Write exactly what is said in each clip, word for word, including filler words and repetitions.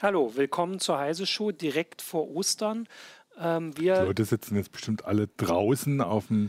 Hallo, willkommen zur Heise Show direkt vor Ostern. Ähm, wir Die Leute sitzen jetzt bestimmt alle draußen auf dem,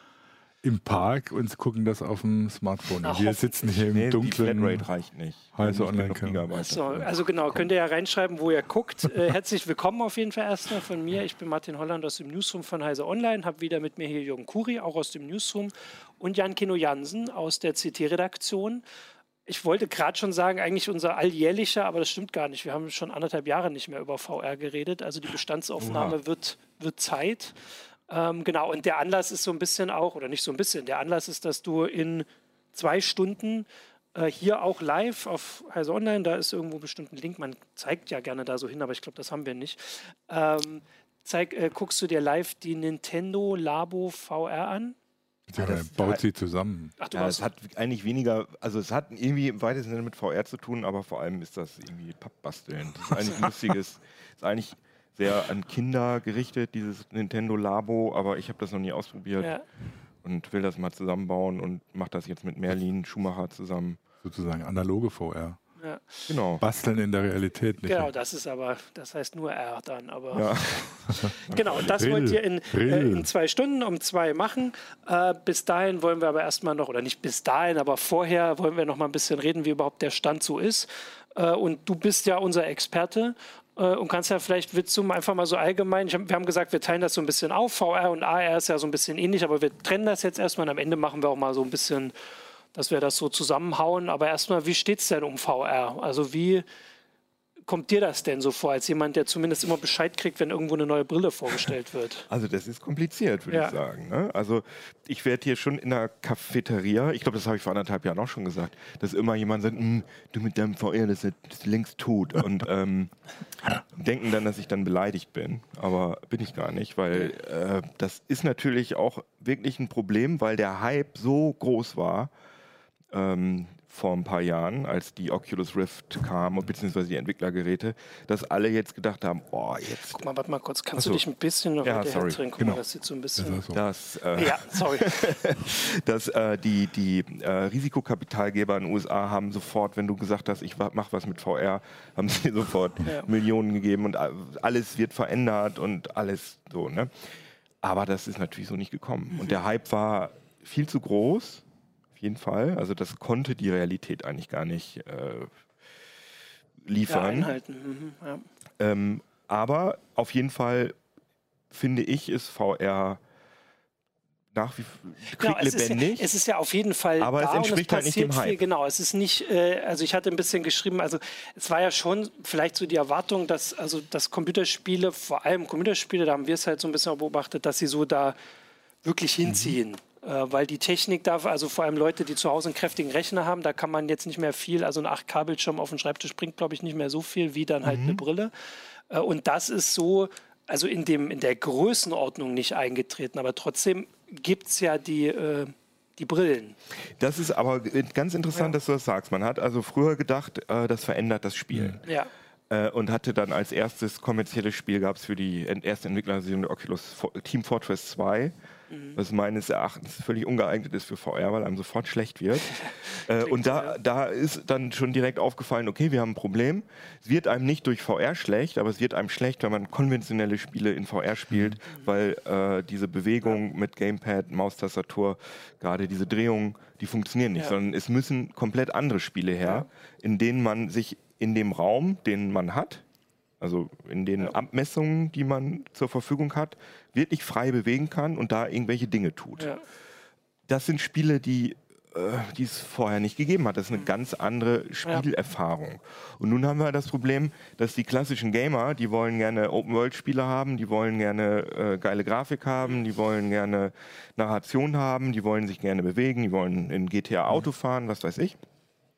im Park und gucken das auf dem Smartphone. Na, und wir sitzen hier im Nee, dunklen. die Flatrate reicht nicht. Heise Wenn nicht genug Online-Kanal. Gigabyte So, dafür also genau, kommen. könnt ihr ja reinschreiben, wo ihr guckt. Äh, herzlich willkommen auf jeden Fall erstmal von mir. Ich bin Martin Holland aus dem Newsroom von Heise Online, habe wieder mit mir hier Jürgen Kuri, auch aus dem Newsroom, und Jan Kino Jansen aus der C T-Redaktion. Ich wollte gerade schon sagen, eigentlich unser alljährlicher, aber das stimmt gar nicht. Wir haben schon anderthalb Jahre nicht mehr über V R geredet. Also die Bestandsaufnahme wird, wird Zeit. Ähm, genau, und der Anlass ist so ein bisschen auch, oder nicht so ein bisschen, der Anlass ist, dass du in zwei Stunden äh, hier auch live auf Heise Online, da ist irgendwo bestimmt ein Link, man zeigt ja gerne da so hin, aber ich glaube, das haben wir nicht. Ähm, zeig, äh, guckst du dir live die Nintendo Labo V R an? Ja, das- baut sie zusammen. Ach, du Ja, warst es hat eigentlich weniger, also es hat irgendwie im weitesten Sinne mit V R zu tun, aber vor allem ist das irgendwie Pappbasteln. Das ist eigentlich ein lustiges, ist eigentlich sehr an Kinder gerichtet, dieses Nintendo Labo, aber ich habe das noch nie ausprobiert ja. und will das mal zusammenbauen und mache das jetzt mit Merlin Schumacher zusammen. Sozusagen analoge V R. Ja. Genau. Basteln in der Realität nicht. Genau, das ist aber, das heißt nur R dann, aber Ja. genau, und das Brill, wollt ihr in, Brill. äh, in zwei Stunden um zwei machen. Äh, bis dahin wollen wir aber erstmal noch, oder nicht bis dahin, aber vorher wollen wir noch mal ein bisschen reden, wie überhaupt der Stand so ist. Äh, und du bist ja unser Experte äh, und kannst ja vielleicht, willst du einfach mal so allgemein, ich hab, wir haben gesagt, wir teilen das so ein bisschen auf, V R und A R ist ja so ein bisschen ähnlich, aber wir trennen das jetzt erstmal und am Ende machen wir auch mal so ein bisschen, dass wir das so zusammenhauen. Aber erstmal, wie steht es denn um V R? Also wie kommt dir das denn so vor, als jemand, der zumindest immer Bescheid kriegt, wenn irgendwo eine neue Brille vorgestellt wird? Also das ist kompliziert, würde Ja. ich sagen. Ne? Also ich werde hier schon in der Cafeteria, ich glaube, das habe ich vor anderthalb Jahren auch schon gesagt, dass immer jemand sagt, "Mm, du mit deinem V R, das ist, das ist längst tot." Und ähm, denken dann, dass ich dann beleidigt bin. Aber bin ich gar nicht, weil äh, das ist natürlich auch wirklich ein Problem, weil der Hype so groß war, ähm, vor ein paar Jahren, als die Oculus Rift kam, beziehungsweise die Entwicklergeräte, dass alle jetzt gedacht haben, boah, jetzt Guck mal, warte mal kurz, kannst Ach so. du dich ein bisschen noch Ja, weiter sorry. hertrinken? Guck Genau. mal, das sieht so ein Das bisschen... ist so. das... Äh, Ja, sorry. dass äh, die, die äh, Risikokapitalgeber in den U S A haben sofort, wenn du gesagt hast, ich mache was mit V R, haben sie sofort Ja. Millionen gegeben und a- alles wird verändert und alles so. Ne? Aber das ist natürlich so nicht gekommen. Und der Hype war viel zu groß, auf jeden Fall. Also das konnte die Realität eigentlich gar nicht äh, Ja, liefern. einhalten. Mhm, ja. Ähm, aber auf jeden Fall finde ich, ist V R nach wie Genau, vor es, ist ja, lebendig. es ist ja auf jeden Fall Aber es da entspricht und halt es nicht passiert dem Hype. viel. Genau, es ist nicht, äh, also ich hatte ein bisschen geschrieben, also es war ja schon vielleicht so die Erwartung, dass also dass Computerspiele, vor allem Computerspiele, da haben wir es halt so ein bisschen beobachtet, dass sie so da wirklich Mhm. hinziehen. Äh, weil die Technik da, also vor allem Leute, die zu Hause einen kräftigen Rechner haben, da kann man jetzt nicht mehr viel, also ein acht K-Bildschirm auf dem Schreibtisch bringt, glaube ich, nicht mehr so viel wie dann halt Mhm. eine Brille. Äh, und das ist so, also in, dem, in der Größenordnung nicht eingetreten, aber trotzdem gibt es ja die, äh, die Brillen. Das ist aber ganz interessant, Ja. dass du das sagst. Man hat also früher gedacht, äh, das verändert das Spiel. Ja. Äh, und hatte dann als erstes kommerzielles Spiel, gab es für die ent- erste Entwicklerversion der Oculus Fo- Team Fortress zwei, was meines Erachtens völlig ungeeignet ist für V R, weil einem sofort schlecht wird. äh, und da, da ist dann schon direkt aufgefallen, okay, wir haben ein Problem. Es wird einem nicht durch V R schlecht, aber es wird einem schlecht, wenn man konventionelle Spiele in V R spielt, weil äh, diese Bewegung mit Gamepad, Maustastatur, gerade diese Drehungen, die funktionieren nicht, Ja. sondern es müssen komplett andere Spiele her, in denen man sich in dem Raum, den man hat, also in den Abmessungen, die man zur Verfügung hat, wirklich frei bewegen kann und da irgendwelche Dinge tut. Ja. Das sind Spiele, die, äh, die es vorher nicht gegeben hat. Das ist eine ganz andere Spielerfahrung. Und nun haben wir das Problem, dass die klassischen Gamer, die wollen gerne Open-World-Spiele haben, die wollen gerne äh, geile Grafik haben, die wollen gerne Narration haben, die wollen sich gerne bewegen, die wollen in G T A Auto fahren, was weiß ich.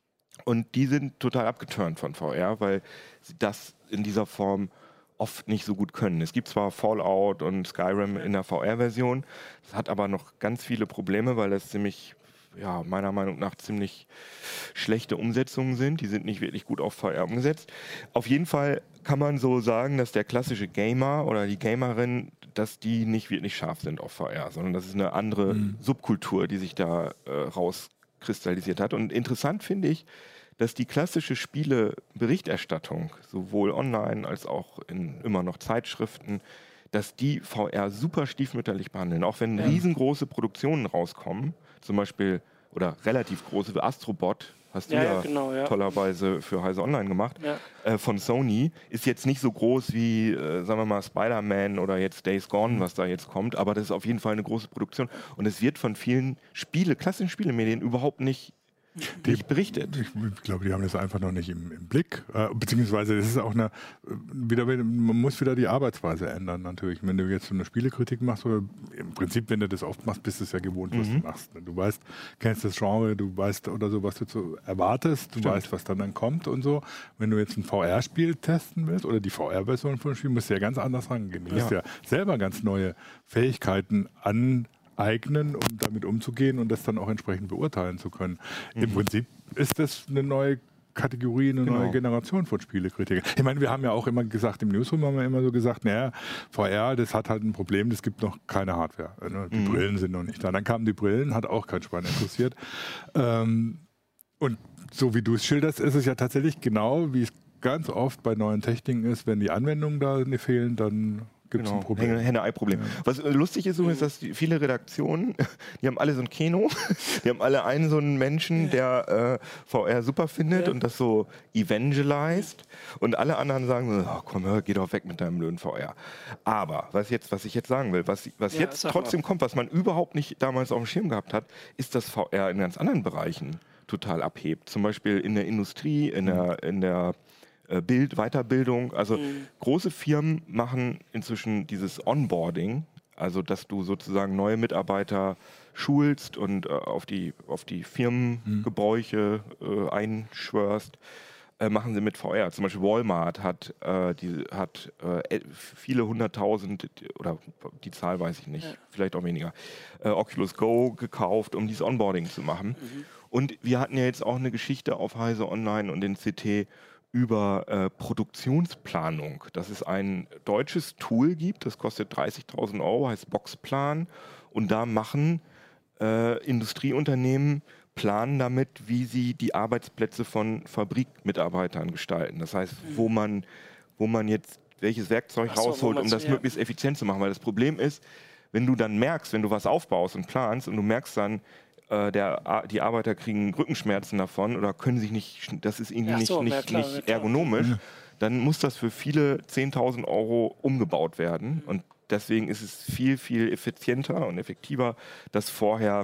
Und die sind total abgeturnt von V R, weil sie das in dieser Form oft nicht so gut können. Es gibt zwar Fallout und Skyrim in der V R-Version, das hat aber noch ganz viele Probleme, weil das ziemlich, ja, meiner Meinung nach ziemlich schlechte Umsetzungen sind. Die sind nicht wirklich gut auf V R umgesetzt. Auf jeden Fall kann man so sagen, dass der klassische Gamer oder die Gamerin, dass die nicht wirklich scharf sind auf V R, sondern das ist eine andere Mhm. Subkultur, die sich da äh, rauskristallisiert hat. Und interessant finde ich, dass die klassische Spieleberichterstattung, sowohl online als auch in immer noch Zeitschriften, dass die V R super stiefmütterlich behandeln. Auch wenn ja. riesengroße Produktionen rauskommen, zum Beispiel, oder relativ große wie Astrobot, hast du ja, ja, genau, ja. tollerweise für Heise Online gemacht, ja. äh, von Sony, ist jetzt nicht so groß wie, äh, sagen wir mal, Spider-Man oder jetzt Days Gone, was da jetzt kommt, aber das ist auf jeden Fall eine große Produktion und es wird von vielen Spiele, klassischen Spielemedien überhaupt nicht Die, nicht berichtet. Ich, ich glaube, die haben das einfach noch nicht im, im Blick. Äh, beziehungsweise das ist auch eine, wieder, man muss wieder die Arbeitsweise ändern natürlich. Wenn du jetzt so eine Spielekritik machst, oder im Prinzip, wenn du das oft machst, bist du es ja gewohnt, was mhm. du machst. Du weißt, kennst das Genre, du weißt oder so, was du so erwartest, du Stimmt. weißt, was dann, dann kommt und so. Wenn du jetzt ein V R-Spiel testen willst oder die V R-Version von einem Spiel, musst du ja ganz anders rangehen. Du musst ja, ja selber ganz neue Fähigkeiten an eignen, um damit umzugehen und das dann auch entsprechend beurteilen zu können. Mhm. Im Prinzip ist das eine neue Kategorie, eine genau. neue Generation von Spielekritikern. Ich meine, wir haben ja auch immer gesagt, im Newsroom haben wir immer so gesagt, naja, V R, das hat halt ein Problem, es gibt noch keine Hardware. Die mhm. Brillen sind noch nicht da. Dann kamen die Brillen, hat auch kein Schwein interessiert. Ähm, und so wie du es schilderst, ist es ja tatsächlich genau, wie es ganz oft bei neuen Techniken ist, wenn die Anwendungen da fehlen, dann gibt es genau. ein Problem. Henne-Ei-Problem. Ja. Was lustig ist, ist, dass die, viele Redaktionen, die haben alle so ein Keno, die haben alle einen so einen Menschen, der äh, V R super findet ja. und das so evangelized und alle anderen sagen, oh, komm, hör, geh doch weg mit deinem blöden V R. Aber was, jetzt, was ich jetzt sagen will, was, was ja, jetzt trotzdem kommt, was man überhaupt nicht damals auf dem Schirm gehabt hat, ist, dass V R in ganz anderen Bereichen total abhebt. Zum Beispiel in der Industrie, in der, in der Bild, Weiterbildung. Also mhm. große Firmen machen inzwischen dieses Onboarding, also dass du sozusagen neue Mitarbeiter schulst und äh, auf die, auf die Firmengebräuche äh, einschwörst, äh, machen sie mit V R. Zum Beispiel Walmart hat, äh, die, hat äh, viele hunderttausend, oder die Zahl weiß ich nicht, ja. vielleicht auch weniger, äh, Oculus Go gekauft, um dieses Onboarding zu machen. Mhm. Und wir hatten ja jetzt auch eine Geschichte auf Heise Online und den C T über äh, Produktionsplanung, dass es ein deutsches Tool gibt, das kostet dreißigtausend Euro, heißt Boxplan und da machen äh, Industrieunternehmen, planen damit, wie sie die Arbeitsplätze von Fabrikmitarbeitern gestalten. Das heißt, mhm. wo man, wo man jetzt welches Werkzeug so, rausholt, um das ja. möglichst effizient zu machen, weil das Problem ist, wenn du dann merkst, wenn du was aufbaust und planst und du merkst dann, Der, die Arbeiter kriegen Rückenschmerzen davon oder können sich nicht, das ist irgendwie so, nicht, nicht, klar, nicht ergonomisch, dann muss das für viele zehntausend Euro umgebaut werden. Mhm. Und deswegen ist es viel, viel effizienter und effektiver, das vorher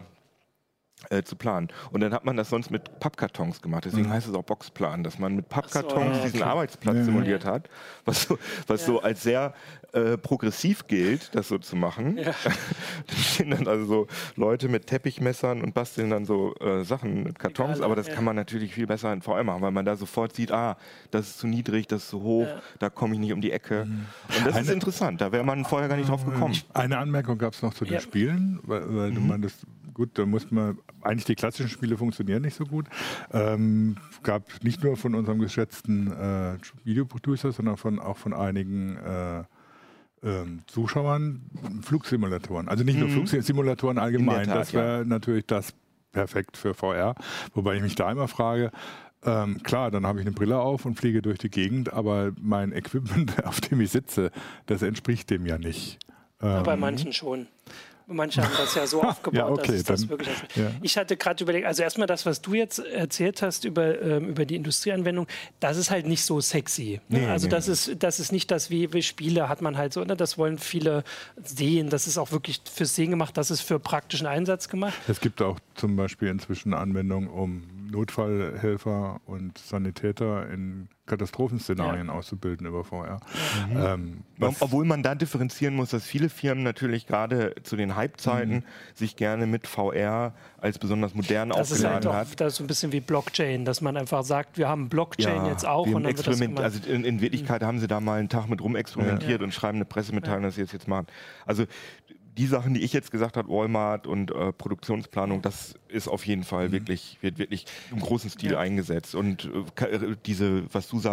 äh, zu planen. Und dann hat man das sonst mit Pappkartons gemacht. Deswegen mhm. heißt es auch Boxplan, dass man mit Pappkartons so, diesen okay. Arbeitsplatz ja. simuliert hat, was so, was ja. so als sehr äh, progressiv gilt, das so zu machen. Ja. Da stehen dann also so Leute mit Teppichmessern und basteln dann so äh, Sachen mit Kartons, Egal, aber das ja. kann man natürlich viel besser in V R machen, weil man da sofort sieht, ah, das ist zu niedrig, das ist zu hoch, ja. da komme ich nicht um die Ecke. Mhm. Und das Eine, ist interessant, da wäre man vorher gar nicht drauf gekommen. Eine Anmerkung gab es noch zu den ja. Spielen, weil, weil mhm. du meintest, gut, da muss man, eigentlich die klassischen Spiele funktionieren nicht so gut. Ähm, gab nicht nur von unserem geschätzten äh, Videoproducer, sondern von, auch von einigen äh, ähm, Zuschauern Flugsimulatoren. Also nicht mhm. nur Flugsimulatoren allgemein, Tat, das wäre ja. natürlich das perfekt für V R. Wobei ich mich da immer frage, ähm, klar, dann habe ich eine Brille auf und fliege durch die Gegend, aber mein Equipment, auf dem ich sitze, das entspricht dem ja nicht. Ja, ähm, bei manchen schon. Manche haben das ja so aufgebaut, ja, okay, dass das wirklich... Ja. Ich hatte gerade überlegt, also erstmal das, was du jetzt erzählt hast über, ähm, über die Industrieanwendung, das ist halt nicht so sexy. Ne? Nee, also nee, das, nee. Ist, das ist nicht das, wie, wie Spiele hat man halt so, ne? Das wollen viele sehen, das ist auch wirklich fürs Sehen gemacht, das ist für praktischen Einsatz gemacht. Es gibt auch zum Beispiel inzwischen Anwendungen, um Notfallhelfer und Sanitäter in Katastrophenszenarien ja. auszubilden über V R. Mhm. Ähm, Obwohl man da differenzieren muss, dass viele Firmen natürlich gerade zu den Hype-Zeiten mhm. sich gerne mit V R als besonders modern das aufgeladen ist halt hat. Auch, das ist so ein bisschen wie Blockchain, dass man einfach sagt, wir haben Blockchain ja, jetzt auch. Und dann Experiment, wird das also in, in Wirklichkeit mhm. haben sie da mal einen Tag mit rumexperimentiert ja. und schreiben eine Pressemitteilung, ja. dass sie das jetzt machen. Also die Sachen, die ich jetzt gesagt habe, Walmart und äh, Produktionsplanung, das ist auf jeden Fall mhm. wirklich, wird wirklich im großen Stil ja. eingesetzt. Und äh, diese, was du sagst,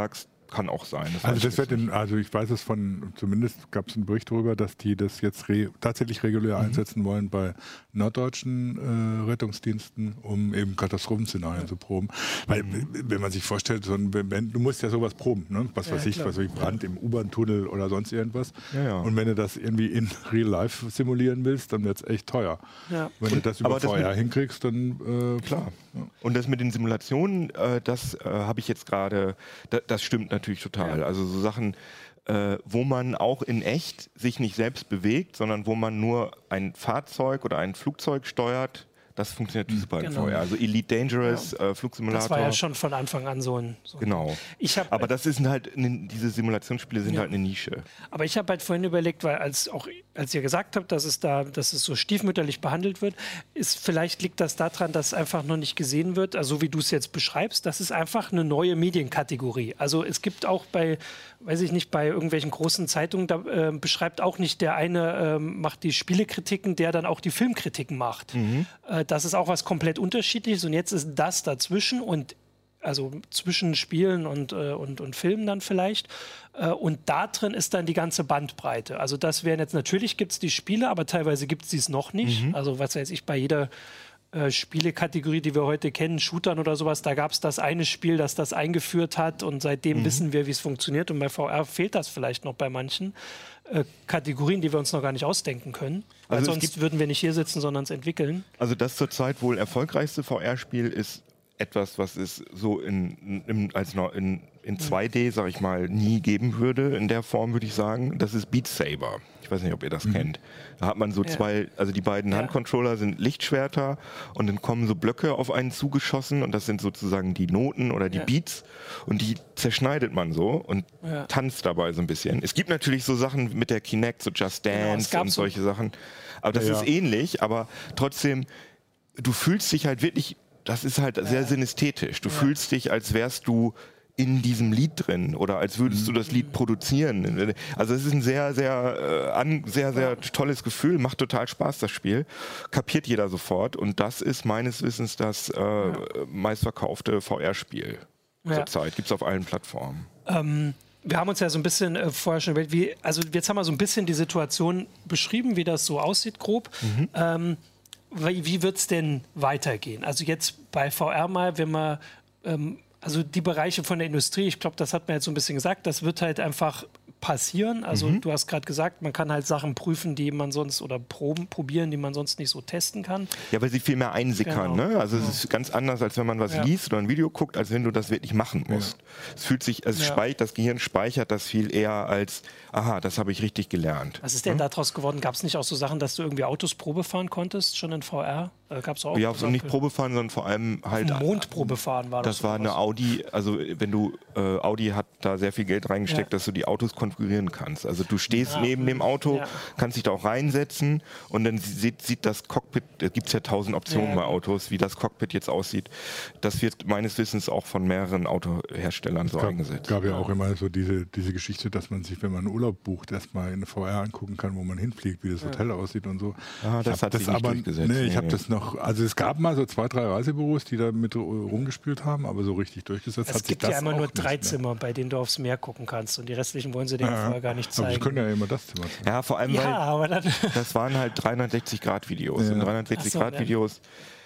kann auch sein. Das also das wird in, also ich weiß es von, zumindest gab es einen Bericht darüber, dass die das jetzt re tatsächlich regulär mhm. einsetzen wollen bei norddeutschen äh, Rettungsdiensten, um eben Katastrophenszenarien ja. zu proben. Weil, mhm. wenn man sich vorstellt, so ein, wenn, du musst ja sowas proben, ne? was ja, weiß ich, klar. was weiß ich, Brand im U-Bahn-Tunnel oder sonst irgendwas. Ja, ja. Und wenn du das irgendwie in Real Life simulieren willst, dann wird es echt teuer. Ja. Wenn du das über V R hinkriegst, dann äh, klar. Ja. Und das mit den Simulationen, äh, das äh, habe ich jetzt gerade, da, das stimmt natürlich total. Ja. Also so Sachen, äh, wo man auch in echt sich nicht selbst bewegt, sondern wo man nur ein Fahrzeug oder ein Flugzeug steuert. Das funktioniert super genau. in V R. Also Elite Dangerous, ja. äh, Flugsimulator. Das war ja schon von Anfang an so ein... So genau. Ich hab, Aber das sind halt, diese Simulationsspiele sind ja. halt eine Nische. Aber ich habe halt vorhin überlegt, weil als, auch, als ihr gesagt habt, dass es da, dass es so stiefmütterlich behandelt wird, ist, vielleicht liegt das daran, dass es einfach noch nicht gesehen wird, also so wie du es jetzt beschreibst, das ist einfach eine neue Medienkategorie. Also es gibt auch bei, weiß ich nicht, bei irgendwelchen großen Zeitungen, da äh, beschreibt auch nicht der eine, äh, macht die Spielekritiken, der dann auch die Filmkritiken macht. Mhm. Äh, Das ist auch was komplett Unterschiedliches und jetzt ist das dazwischen und also zwischen Spielen und, äh, und, und Filmen dann vielleicht äh, und da drin ist dann die ganze Bandbreite. Also das wären jetzt, natürlich gibt es die Spiele, aber teilweise gibt es dies noch nicht. Mhm. Also was weiß ich, bei jeder äh, Spielekategorie, die wir heute kennen, Shootern oder sowas, da gab es das eine Spiel, das das eingeführt hat und seitdem mhm. wissen wir, wie es funktioniert und bei V R fehlt das vielleicht noch bei manchen äh, Kategorien, die wir uns noch gar nicht ausdenken können. Weil also sonst würden wir nicht hier sitzen, sondern es entwickeln. Also das zurzeit wohl erfolgreichste V R-Spiel ist etwas, was es so in, in, als noch in, in zwei D, sag ich mal, nie geben würde, in der Form, würde ich sagen. Das ist Beat Saber. Ich weiß nicht, ob ihr das mhm. kennt. Da hat man so ja. zwei, also die beiden ja. Handcontroller sind Lichtschwerter und dann kommen so Blöcke auf einen zugeschossen und das sind sozusagen die Noten oder die ja. Beats und die zerschneidet man so und ja. tanzt dabei so ein bisschen. Es gibt natürlich so Sachen mit der Kinect, so Just Dance genau, und solche so Sachen. Aber das ja, ist ja. ähnlich, aber trotzdem, du fühlst dich halt wirklich, das ist halt sehr synästhetisch. Du ja. fühlst dich, als wärst du in diesem Lied drin oder als würdest du das Lied produzieren. Also es ist ein sehr, sehr, äh, an, sehr, sehr tolles Gefühl, macht total Spaß, das Spiel. Kapiert jeder sofort und das ist meines Wissens das äh, ja. meistverkaufte V R-Spiel ja. zurzeit. Gibt es auf allen Plattformen. Ähm Wir haben uns ja so ein bisschen äh, vorher schon überlegt, wie, also jetzt haben wir so ein bisschen die Situation beschrieben, wie das so aussieht, grob. Mhm. Ähm, wie wie wird es denn weitergehen? Also jetzt bei V R mal, wenn man, ähm, also die Bereiche von der Industrie, ich glaube, das hat man jetzt so ein bisschen gesagt, das wird halt einfach passieren. Also mhm. du hast gerade gesagt, man kann halt Sachen prüfen, die man sonst oder proben, probieren, die man sonst nicht so testen kann. Ja, weil sie viel mehr einsickern. Genau. Ne? Also genau. es ist ganz anders, als wenn man was ja. liest oder ein Video guckt, als wenn du das wirklich machen musst. Ja. Es fühlt sich, also ja. speichert, das Gehirn speichert das viel eher als, aha, das habe ich richtig gelernt. Was ist denn ja? daraus geworden? Gab es nicht auch so Sachen, dass du irgendwie Autos Probe fahren konntest, schon in V R? Da gab's auch ja, so nicht Probe fahren, sondern vor allem halt... Mondprobe fahren war das. Das war eine Audi, also wenn du, äh, Audi hat da sehr viel Geld reingesteckt, ja. dass du die Autos konfigurieren kannst. Also du stehst ja. neben dem Auto, ja. kannst dich da auch reinsetzen und dann sieht, sieht das Cockpit, da gibt es ja tausend Optionen ja. bei Autos, wie das Cockpit jetzt aussieht. Das wird meines Wissens auch von mehreren Autoherstellern so gab, eingesetzt. Es gab ja auch immer so diese, diese Geschichte, dass man sich, wenn man einen Urlaub bucht, erstmal in V R angucken kann, wo man hinfliegt, wie das Hotel ja. aussieht und so. Ah, das hat das sich nicht aber, durchgesetzt. Nee, ich habe das noch, also es gab mal so zwei, drei Reisebüros, die da mit rumgespielt haben, aber so richtig durchgesetzt es hat sich das Es gibt ja immer nur nicht, drei ne? Zimmer, bei denen du aufs Meer gucken kannst und die restlichen wollen sie dir ja. vorher gar nicht zeigen. Aber sie können ja immer das Zimmer zeigen. Ja, vor allem, ja, weil aber dann das waren halt dreihundertsechzig Grad Videos. Ja. Und dreihundertsechzig Grad Videos,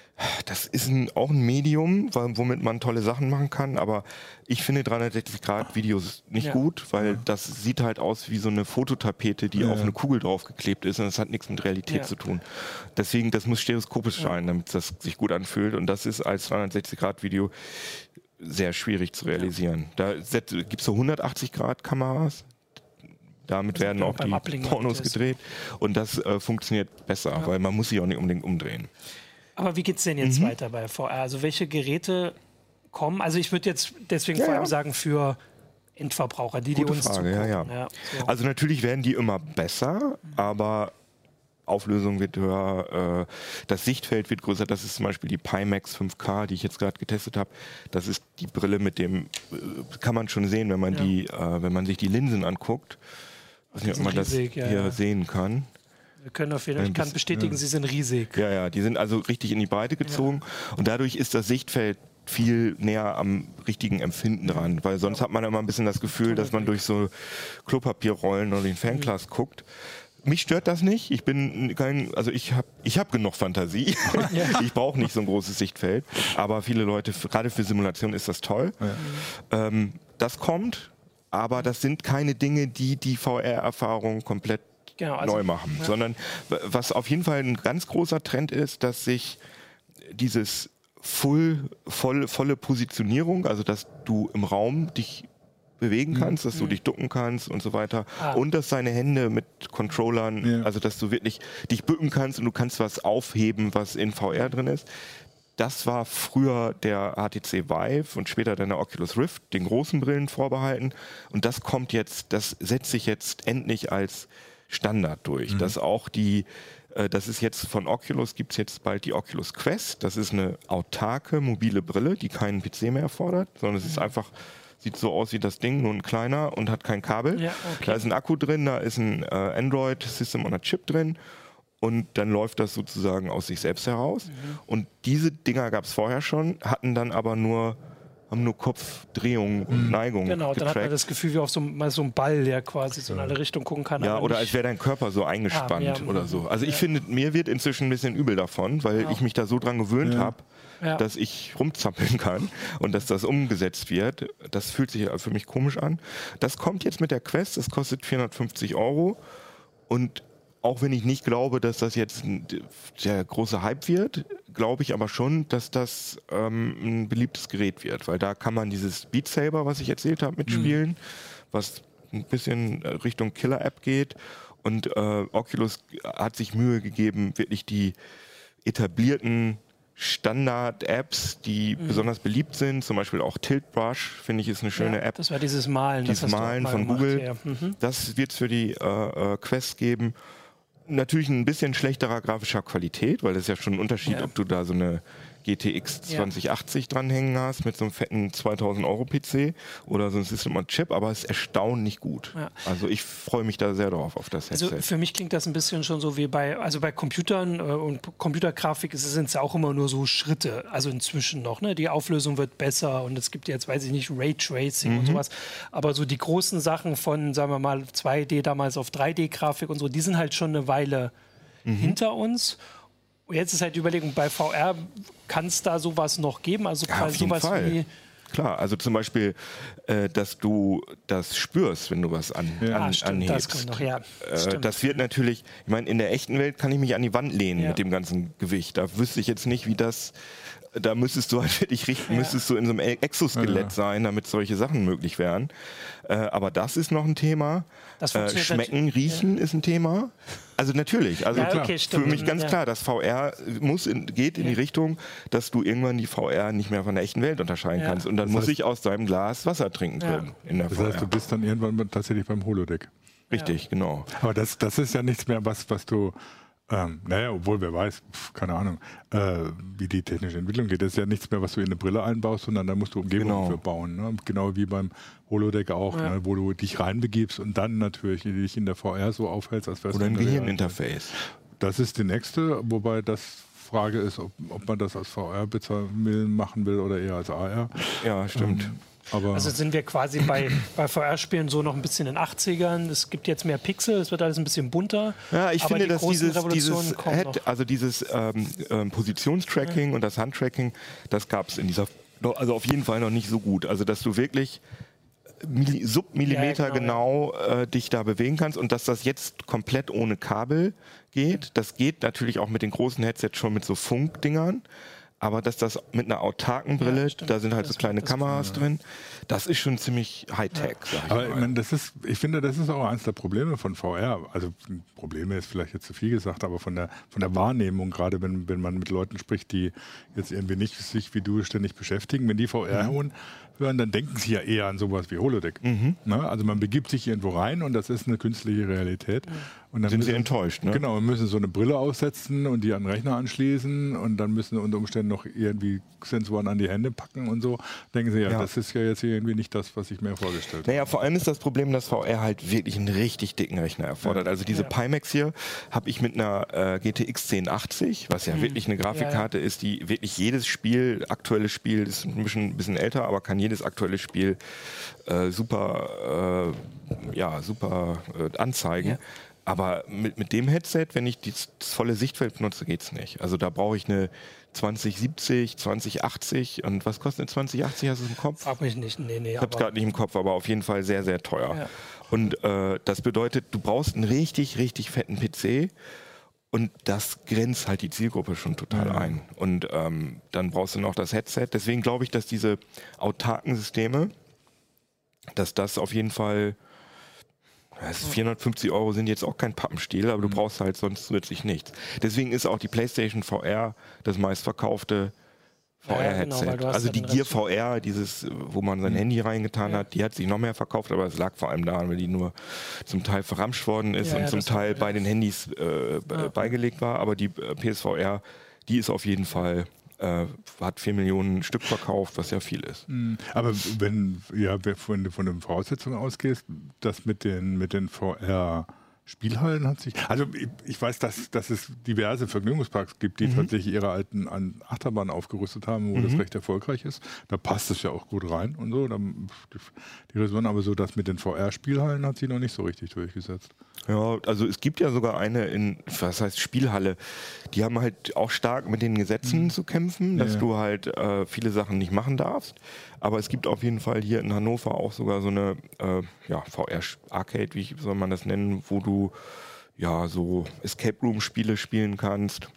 das ist ein, auch ein Medium, womit man tolle Sachen machen kann, aber ich finde dreihundertsechzig Grad Videos nicht ja. gut, weil ja. das sieht halt aus wie so eine Fototapete, die ja. auf eine Kugel draufgeklebt ist und das hat nichts mit Realität ja. zu tun. Deswegen, das muss stereoskopisch ja. sein, damit das sich gut anfühlt und das ist als dreihundertsechzig Grad Video sehr schwierig zu realisieren. Da gibt es so hundertachtzig Grad Kameras. Damit werden auch die Ablingen Pornos gedreht und das äh, funktioniert besser, ja. weil man muss sich auch nicht unbedingt umdrehen. Aber wie geht es denn jetzt mhm. weiter bei V R? Also welche Geräte kommen? Also ich würde jetzt deswegen ja, vor allem ja. sagen für Endverbraucher, die, Gute die uns Frage, zugucken. Ja, ja. Ja, so. Also natürlich werden die immer besser, mhm. aber Auflösung wird höher, äh, das Sichtfeld wird größer. Das ist zum Beispiel die Pimax fünf K, die ich jetzt gerade getestet habe. Das ist die Brille mit dem, äh, kann man schon sehen, wenn man, ja. die, äh, wenn man sich die Linsen anguckt. Ich weiß nicht, ob man riesig, das ja, hier ja. sehen kann. Wir können auf jeden Fall, ich kann bestätigen, ja. sie sind riesig. Ja, ja, die sind also richtig in die Breite gezogen ja. und dadurch ist das Sichtfeld viel näher am richtigen Empfinden dran, weil sonst hat man immer ein bisschen das Gefühl, dass man durch so Klopapierrollen oder den Fernglas guckt. Mich stört das nicht. Ich bin kein, also ich habe ich hab genug Fantasie. Ja. Ich brauche nicht so ein großes Sichtfeld. Aber viele Leute, gerade für Simulation ist das toll. Ja. Ähm, das kommt, aber das sind keine Dinge, die die V R-Erfahrung komplett genau, also, neu machen. Ja. Sondern was auf jeden Fall ein ganz großer Trend ist, dass sich dieses Full, voll, volle Positionierung, also dass du im Raum dich bewegen kannst, dass du dich ducken kannst und so weiter. Ah. Und dass deine Hände mit Controllern, ja. also dass du wirklich dich bücken kannst und du kannst was aufheben, was in V R drin ist. Das war früher der H T C Vive und später dann der Oculus Rift, den großen Brillen vorbehalten. Und das kommt jetzt, das setzt sich jetzt endlich als Standard durch. Mhm. Dass auch die, äh, das ist jetzt von Oculus, gibt es jetzt bald die Oculus Quest. Das ist eine autarke, mobile Brille, die keinen P C mehr erfordert, sondern es ist einfach... Sieht so aus wie das Ding, nur ein kleiner und hat kein Kabel. Ja, okay. Da ist ein Akku drin, da ist ein äh, Android System on a Chip drin und dann läuft das sozusagen aus sich selbst heraus. Mhm. Und diese Dinger gab es vorher schon, hatten dann aber nur, haben nur Kopfdrehungen und mhm. Neigungen Genau, getrackt. Dann hat man das Gefühl wie auf so, mal so einem Ball, der quasi so in alle Richtungen gucken kann. Ja, oder als wäre dein Körper so eingespannt ah, ja, oder so. Also ja. ich finde, mir wird inzwischen ein bisschen übel davon, weil ja. ich mich da so dran gewöhnt ja. habe, ja. dass ich rumzappeln kann und dass das umgesetzt wird. Das fühlt sich für mich komisch an. Das kommt jetzt mit der Quest, das kostet vierhundertfünfzig Euro und auch wenn ich nicht glaube, dass das jetzt ein, der große Hype wird, glaube ich aber schon, dass das ähm, ein beliebtes Gerät wird, weil da kann man dieses Beat Saber, was ich erzählt habe, mitspielen, mhm. was ein bisschen Richtung Killer-App geht und äh, Oculus hat sich Mühe gegeben, wirklich die etablierten Standard-Apps, die mhm. besonders beliebt sind, zum Beispiel auch Tilt Brush, finde ich, ist eine schöne ja, App. Das war dieses Malen. Dieses das Malen von gemacht, Google. Ja. Mhm. Das wird es für die äh, äh, Quest geben. Natürlich ein bisschen schlechterer grafischer Qualität, weil das ist ja schon ein Unterschied, ja. ob du da so eine G T X zwanzig achtzig ja. dranhängen hast mit so einem fetten zweitausend Euro P C oder so ein System on Chip, aber es ist erstaunlich gut. Ja. Also ich freue mich da sehr drauf auf das Headset. Also für mich klingt das ein bisschen schon so wie bei, also bei Computern äh, und Computergrafik sind es ja auch immer nur so Schritte, also inzwischen noch, ne? Die Auflösung wird besser und es gibt jetzt, weiß ich nicht, Raytracing mhm. und sowas, aber so die großen Sachen von, sagen wir mal, zwei D damals auf drei D Grafik und so, die sind halt schon eine Weile mhm. hinter uns. Jetzt ist halt die Überlegung, bei V R kann es da sowas noch geben? Also ja, auf jeden sowas Fall. Wie Klar, also zum Beispiel, äh, dass du das spürst, wenn du was an, ja, an, stimmt, anhebst. Das, noch, ja, äh, das wird natürlich, ich meine, in der echten Welt kann ich mich an die Wand lehnen ja. mit dem ganzen Gewicht. Da wüsste ich jetzt nicht, wie das, da müsstest du halt wirklich richten, ja. müsstest du in so einem Exoskelett ja. sein, damit solche Sachen möglich wären. Äh, aber das ist noch ein Thema. Äh, schmecken, riechen ja. ist ein Thema. Also natürlich, also ja, okay, für mich ganz ja. klar, das V R muss in, geht in ja. die Richtung, dass du irgendwann die V R nicht mehr von der echten Welt unterscheiden ja. kannst. Und dann das muss heißt, ich aus deinem Glas Wasser trinken können ja. in der das V R. heißt, du bist dann irgendwann tatsächlich beim Holodeck. Richtig, ja. genau. Aber das, das ist ja nichts mehr, was, was du... Ähm, naja, obwohl, wer weiß, pf, keine Ahnung, äh, wie die technische Entwicklung geht. Das ist ja nichts mehr, was du in eine Brille einbaust, sondern da musst du Umgebungen genau. für bauen. Ne? Genau wie beim Holodeck auch, ja. ne? Wo du dich reinbegibst und dann natürlich dich in der V R so aufhältst, als wärst du... Oder ein Gehirninterface. Das ist die nächste, wobei das Frage ist, ob, ob man das als V R bezahlen machen will oder eher als A R. Ja, stimmt. Ähm, Aber also sind wir quasi bei, bei V R-Spielen so noch ein bisschen in den achtzigern. Es gibt jetzt mehr Pixel, es wird alles ein bisschen bunter. Ja, ich finde, die dass dieses, dieses Head, noch. also dieses ähm, ähm, Positionstracking ja. und das Handtracking, das gab es in dieser, also auf jeden Fall noch nicht so gut. Also dass du wirklich Milli, Submillimeter ja, genau, genau ja. äh, dich da bewegen kannst und dass das jetzt komplett ohne Kabel geht. Das geht natürlich auch mit den großen Headsets schon mit so Funkdingern. Aber dass das mit einer autarken Brille, ja, da sind halt das so kleine Kameras cool, drin, das ist schon ziemlich Hightech. Ja. Ich Aber ich, meine, das ist, ich finde, das ist auch eines der Probleme von V R. Also Probleme ist vielleicht jetzt zu viel gesagt, aber von der, von der Wahrnehmung, gerade wenn, wenn man mit Leuten spricht, die jetzt irgendwie nicht sich wie du ständig beschäftigen, wenn die V R mhm. holen, hören, dann denken sie ja eher an sowas wie Holodeck. Mhm. Ne? Also man begibt sich irgendwo rein und das ist eine künstliche Realität. Und dann Sind müssen, sie enttäuscht, ne? Genau, wir müssen so eine Brille aufsetzen und die an den Rechner anschließen und dann müssen unter Umständen noch irgendwie Sensoren an die Hände packen und so. Denken sie, ja, Ja. das ist ja jetzt irgendwie nicht das, was ich mir vorgestellt habe. Naja, vor allem ist das Problem, dass V R halt wirklich einen richtig dicken Rechner erfordert. Also diese Ja. Pimax hier habe ich mit einer äh, G T X zehn achtzig, was ja wirklich eine Grafikkarte ist, die wirklich jedes Spiel, aktuelles Spiel, ist ein bisschen, ein bisschen älter, aber kann jedes aktuelle Spiel äh, super, äh, ja, super äh, anzeigen. Ja. Aber mit, mit dem Headset, wenn ich die, das volle Sichtfeld benutze, geht's nicht. Also da brauche ich eine zwanzig siebzig, zwanzig achtzig und was kostet eine zwanzig achtzig, hast du es im Kopf? Frag mich nicht, nee, nee. Ich habe es gerade nicht im Kopf, aber auf jeden Fall sehr, sehr teuer. Ja. Und äh, das bedeutet, du brauchst einen richtig, richtig fetten P C und das grenzt halt die Zielgruppe schon total Ja. ein. Und ähm, dann brauchst du noch das Headset. Deswegen glaube ich, dass diese autarken Systeme, dass das auf jeden Fall, das vierhundertfünfzig Euro sind jetzt auch kein Pappenstiel, aber du brauchst halt sonst zusätzlich nichts. Deswegen ist auch die PlayStation V R das meistverkaufte Ja, ja, V R-Headset. genau, weil du hast Also ja die den Gear Rest- V R, dieses, wo man sein Handy reingetan Ja. hat, die hat sich noch mehr verkauft, aber es lag vor allem daran, weil die nur zum Teil verramscht worden ist Ja, und ja, zum das war Teil wieder bei den das. Handys äh, b- Ja. beigelegt war. Aber die äh, P S V R, die ist auf jeden Fall, äh, hat vier Millionen Stück verkauft, was ja viel ist. Mhm. Aber wenn ja, wer von, von den Voraussetzungen ausgehst, das mit den, mit den V R Spielhallen hat sich. Also ich, ich weiß, dass, dass es diverse Vergnügungsparks gibt, die Mhm. tatsächlich ihre alten an Achterbahnen aufgerüstet haben, wo Mhm. das recht erfolgreich ist. Da passt es ja auch gut rein und so. Dann, die, die Resonanz, aber so das mit den V R-Spielhallen hat sich noch nicht so richtig durchgesetzt. Ja, also es gibt ja sogar eine in, was heißt Spielhalle, die haben halt auch stark mit den Gesetzen zu kämpfen, dass Ja, ja. du halt äh, viele Sachen nicht machen darfst. Aber es gibt auf jeden Fall hier in Hannover auch sogar so eine äh, ja, V R-Arcade, wie soll man das nennen, wo du ja so Escape Room-Spiele spielen kannst.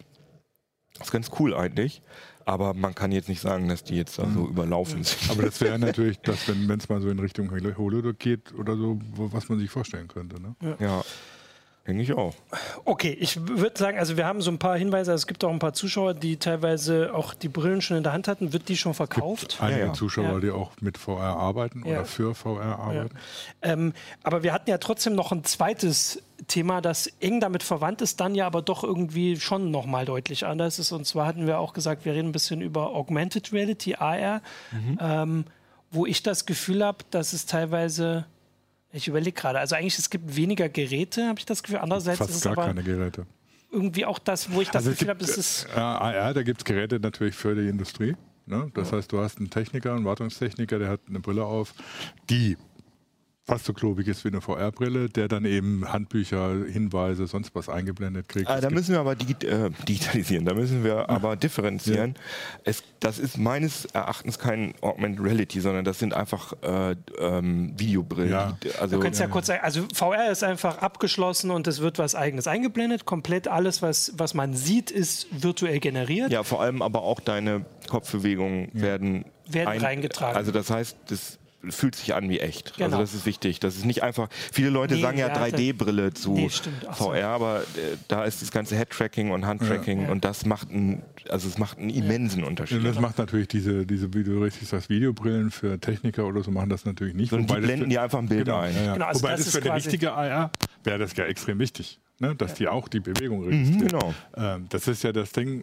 Das ist ganz cool eigentlich. Aber man kann jetzt nicht sagen, dass die jetzt da so überlaufen sind. Aber das wäre natürlich, das, wenn es mal so in Richtung Holodeck geht oder so, wo- was man sich vorstellen könnte. Ne? Ja, denke ich auch. Okay, ich würde sagen, also wir haben so ein paar Hinweise, also es gibt auch ein paar Zuschauer, die teilweise auch die Brillen schon in der Hand hatten. Wird die schon verkauft? Einige Ja, ja. Zuschauer, Ja. die auch mit V R arbeiten Ja. oder für V R arbeiten. Ähm, aber wir hatten ja trotzdem noch ein zweites Thema, das eng damit verwandt ist, dann ja aber doch irgendwie schon nochmal deutlich anders ist. Und zwar hatten wir auch gesagt, wir reden ein bisschen über Augmented Reality, A R, ähm, wo ich das Gefühl habe, dass es teilweise, ich überlege gerade, also eigentlich es gibt weniger Geräte, habe ich das Gefühl. Andererseits ist Fast es gar aber keine Geräte. irgendwie auch das, wo ich das Also es Gefühl habe, gibt, es ist... äh, A R, da gibt es Geräte natürlich für die Industrie. Ne? Das heißt, du hast einen Techniker, einen Wartungstechniker, der hat eine Brille auf, die fast so klobig ist wie eine V R-Brille, der dann eben Handbücher, Hinweise, sonst was eingeblendet kriegt. Ah, Es da gibt- müssen wir aber digi äh, digitalisieren, da müssen wir aber differenzieren. Es, das ist meines Erachtens kein Augmented Reality, sondern das sind einfach äh, ähm, Videobrillen. Ja. Die, also, Du kannst ja, kurz sagen, also V R ist einfach abgeschlossen und es wird was Eigenes eingeblendet. Komplett alles, was, was man sieht, ist virtuell generiert. ja, vor allem aber auch deine Kopfbewegungen werden, Werden reingetragen. Also das heißt, das fühlt sich an wie echt. Genau. Also das ist wichtig. Das ist nicht einfach. Viele Leute Nee, sagen ja ja, drei D-Brille zu Nee, stimmt. Ach so. V R, aber äh, da ist das ganze Head-Tracking und Hand-Tracking Ja. und das macht einen, also es macht einen immensen Unterschied. Und das macht natürlich diese, diese, wie du richtig sagst, Videobrillen für Techniker oder so machen das natürlich nicht. Sondern die Wobei das blenden für- dir einfach ein Bild Genau, ein. ja, ja. Genau, also Wobei das das, ist für eine quasi- richtige A R wäre das ja extrem wichtig, ne? Dass die auch die Bewegung Mhm, registriert. genau. Ähm, das ist ja das Ding,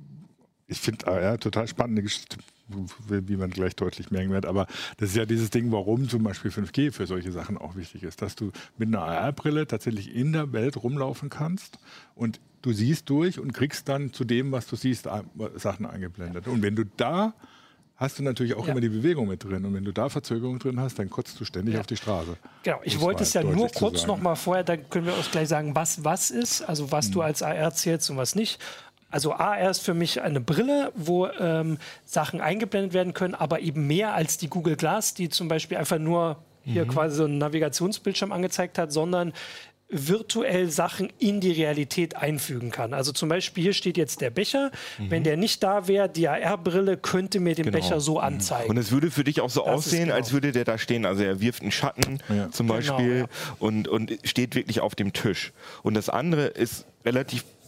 ich finde A R total spannende Geschichte, wie man gleich deutlich merken wird, aber das ist ja dieses Ding, warum zum Beispiel fünf G für solche Sachen auch wichtig ist, dass du mit einer A R-Brille tatsächlich in der Welt rumlaufen kannst und du siehst durch und kriegst dann zu dem, was du siehst, ein- Sachen eingeblendet. Und wenn du da hast du natürlich auch Ja. immer die Bewegung mit drin. Und wenn du da Verzögerung drin hast, dann kotzt du ständig Ja. auf die Straße. Genau, ich Um wollte es es ja mal nur deutlich zu kurz sagen. noch mal vorher, dann können wir uns gleich sagen, was was ist, also was du als A R zählst und was nicht. Also A R ist für mich eine Brille, wo ähm, Sachen eingeblendet werden können, aber eben mehr als die Google Glass, die zum Beispiel einfach nur hier quasi so einen Navigationsbildschirm angezeigt hat, sondern virtuell Sachen in die Realität einfügen kann. Also zum Beispiel hier steht jetzt der Becher. Wenn der nicht da wäre, die A R-Brille könnte mir den Genau. Becher so anzeigen. Und es würde für dich auch so Das ist aussehen, genau. als würde der da stehen. Also er wirft einen Schatten Ja. zum Genau, Beispiel ja. und, und steht wirklich auf dem Tisch. Und das andere ist relativ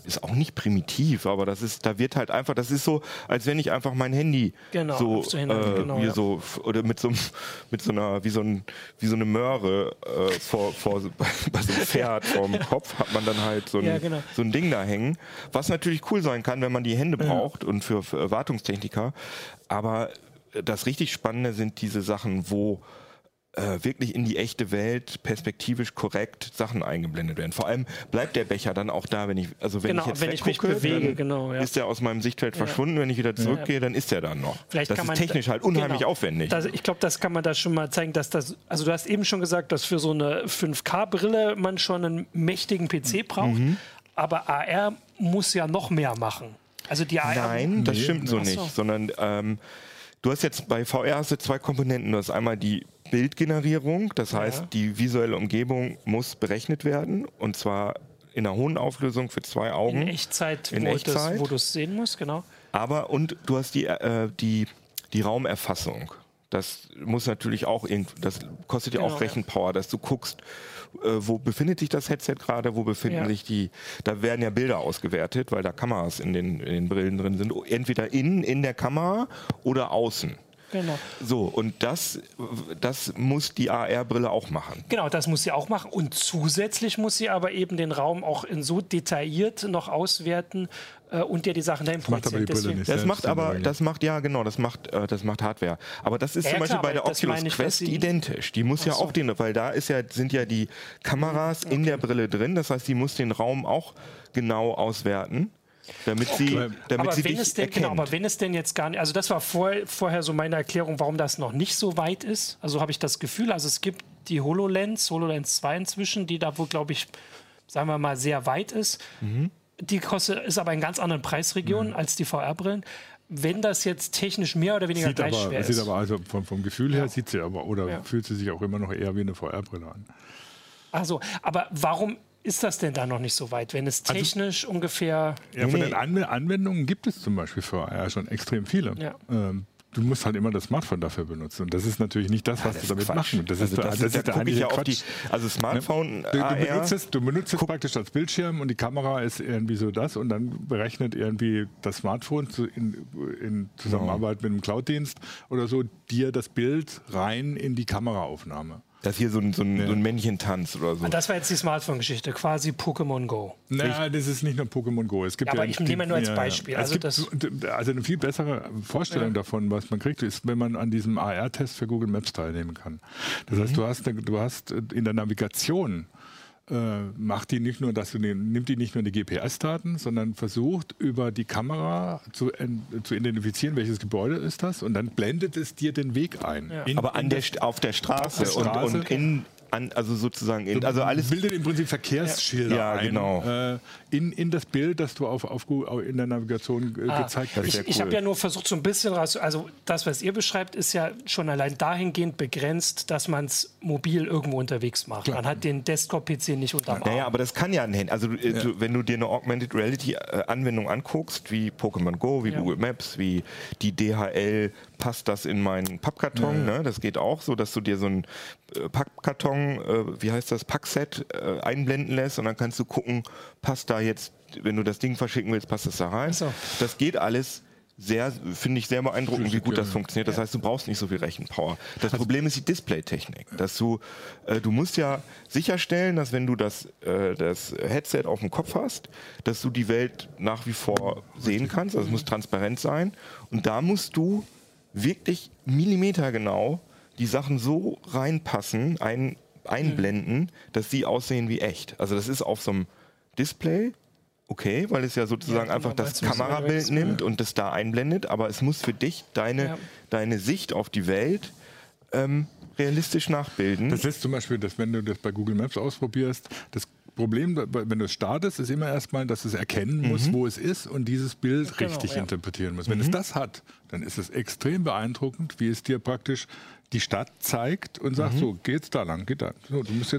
ist auch nicht primitiv, aber das ist, da wird halt einfach, das ist so, als wenn ich einfach mein Handy genau, so, äh, genau, wie ja. so oder mit so, mit so einer, wie so, ein, wie so eine Möhre äh, vor, vor, bei so einem Pferd vor dem Kopf hat man dann halt so ein, ja, genau. so ein Ding da hängen, was natürlich cool sein kann, wenn man die Hände ja. braucht und für, für Wartungstechniker, aber das richtig Spannende sind diese Sachen, wo wirklich in die echte Welt perspektivisch korrekt Sachen eingeblendet werden. Vor allem bleibt der Becher dann auch da, wenn ich, also wenn genau, ich jetzt wenn weggucke, ich mich bewege, genau, ja. ist der aus meinem Sichtfeld ja. verschwunden. Wenn ich wieder zurückgehe, dann ist der dann noch. Vielleicht das kann ist man technisch da, halt unheimlich genau. aufwendig. Das, ich glaube, das kann man da schon mal zeigen, dass das, also du hast eben schon gesagt, dass für so eine fünf K-Brille man schon einen mächtigen P C braucht, mhm. aber A R muss ja noch mehr machen. Also die A R... Nein, das nee. stimmt so nicht, so. sondern ähm, du hast jetzt bei V R hast du zwei Komponenten. Du hast einmal die Bildgenerierung, das heißt, ja. die visuelle Umgebung muss berechnet werden und zwar in einer hohen Auflösung für zwei Augen. In Echtzeit, in wo, Echtzeit. wo du es sehen musst, genau. Aber und du hast die, äh, die, die Raumerfassung. Das muss natürlich auch, in, das kostet ja genau, auch Rechenpower, dass du guckst, äh, wo befindet sich das Headset gerade, wo befinden ja. sich die, da werden ja Bilder ausgewertet, weil da Kameras in den, in den Brillen drin sind, entweder innen in der Kamera oder außen. Genau. So, und das, das muss die A R-Brille auch machen. Genau, das muss sie auch machen. Und zusätzlich muss sie aber eben den Raum auch in so detailliert noch auswerten äh, und dir die Sachen dahin projizieren. Das macht aber die Brille nicht. Das macht aber, das macht, ja genau, das macht, äh, das macht Hardware. Aber das ist ja, zum Beispiel klar, bei der Oculus ich, Quest identisch. Die muss so. ja auch den, weil da ist ja, sind ja die Kameras okay. in der Brille drin. Das heißt, die muss den Raum auch genau auswerten. Damit sie, okay. damit aber sie wenn dich es denn, erkennt. Genau, aber wenn es denn jetzt gar nicht, also das war vor, vorher so meine Erklärung, warum das noch nicht so weit ist. Also habe ich das Gefühl, also es gibt die HoloLens, HoloLens zwei inzwischen, die da wohl, glaube ich, sagen wir mal, sehr weit ist. Mhm. Die kostet, ist aber in ganz anderen Preisregionen mhm. als die V R-Brillen. Wenn das jetzt technisch mehr oder weniger sieht gleich aber, schwer sieht ist. aber also vom, vom Gefühl her ja. sieht sie aber, oder ja. fühlt sie sich auch immer noch eher wie eine V R-Brille an. Also, aber warum ist das denn da noch nicht so weit, wenn es technisch also, ungefähr... Ja, von den Anw Anwendungen gibt es zum Beispiel für V R schon extrem viele. Ja. Ähm, du musst halt immer das Smartphone dafür benutzen. Und das ist natürlich nicht das, was ja, das du damit Quatsch. machst. Das also ist, das das ist, ist da der eigentliche ja Quatsch. Die, also Smartphone, du, du, benutzt es, du benutzt es Guck. praktisch als Bildschirm und die Kamera ist irgendwie so das und dann berechnet irgendwie das Smartphone zu, in, in Zusammenarbeit ja. mit einem Cloud-Dienst oder so dir das Bild rein in die Kameraaufnahme. Dass hier so ein, so ein, ja. so ein Männchen tanzt oder so. Das war jetzt die Smartphone-Geschichte, quasi Pokémon Go. Naja, das ist nicht nur Pokémon Go. Es gibt ja, aber ja, ich nehme nur als Beispiel. Ja, also, es gibt, das also eine viel bessere Vorstellung ja. davon, was man kriegt, ist, wenn man an diesem A R-Test für Google Maps teilnehmen kann. Das mhm. heißt, du hast, du hast in der Navigation Äh, macht die nicht nur, dass du den, nimmt die nicht nur die G P S-Daten, sondern versucht über die Kamera zu, äh, zu identifizieren, welches Gebäude ist das, und dann blendet es dir den Weg ein. Ja. In, Aber an in der, auf der Straße, der Straße. und, und in An, also sozusagen, in, also alles bildet im Prinzip Verkehrsschilder ja, ein, genau. äh, in, in das Bild, das du auf, auf Google, in der Navigation äh, ah, gezeigt hast. Ich, cool. ich habe ja nur versucht, so ein bisschen raus, also das, was ihr beschreibt, ist ja schon allein dahingehend begrenzt, dass man es mobil irgendwo unterwegs macht. Klar. Man hat den Desktop-P C nicht unterm Arm. Naja, aber das kann ja ein Handy. Also ja. du, wenn du dir eine Augmented Reality-Anwendung anguckst, wie Pokémon Go, wie ja. Google Maps, wie die D H L, passt das in meinen Pappkarton, ja. ne? Das geht auch so, dass du dir so einen äh, Pappkarton, äh, wie heißt das, Packset äh, einblenden lässt und dann kannst du gucken, passt da jetzt, wenn du das Ding verschicken willst, passt das da rein. So. Das geht alles sehr, finde ich sehr beeindruckend, wie gut das funktioniert. Das heißt, du brauchst nicht so viel Rechenpower. Das also Problem ist die Displaytechnik. Dass du, äh, du musst ja sicherstellen, dass wenn du das, äh, das Headset auf dem Kopf hast, dass du die Welt nach wie vor sehen kannst. Also es muss transparent sein. Und da musst du wirklich millimetergenau die Sachen so reinpassen, ein, einblenden, mhm. dass sie aussehen wie echt. Also das ist auf so einem Display okay, weil es ja sozusagen ja, einfach das Kamerabild nimmt und das da einblendet, aber es muss für dich deine, ja. deine Sicht auf die Welt ähm, realistisch nachbilden. Das ist zum Beispiel, dass wenn du das bei Google Maps ausprobierst, das Problem, wenn du es startest, ist immer erstmal, dass es erkennen muss, mhm. wo es ist und dieses Bild genau, richtig ja. interpretieren muss. Wenn mhm. es das hat, dann ist es extrem beeindruckend, wie es dir praktisch die Stadt zeigt und sagt, mhm. so, geht's da lang, geht da. So, du musst jetzt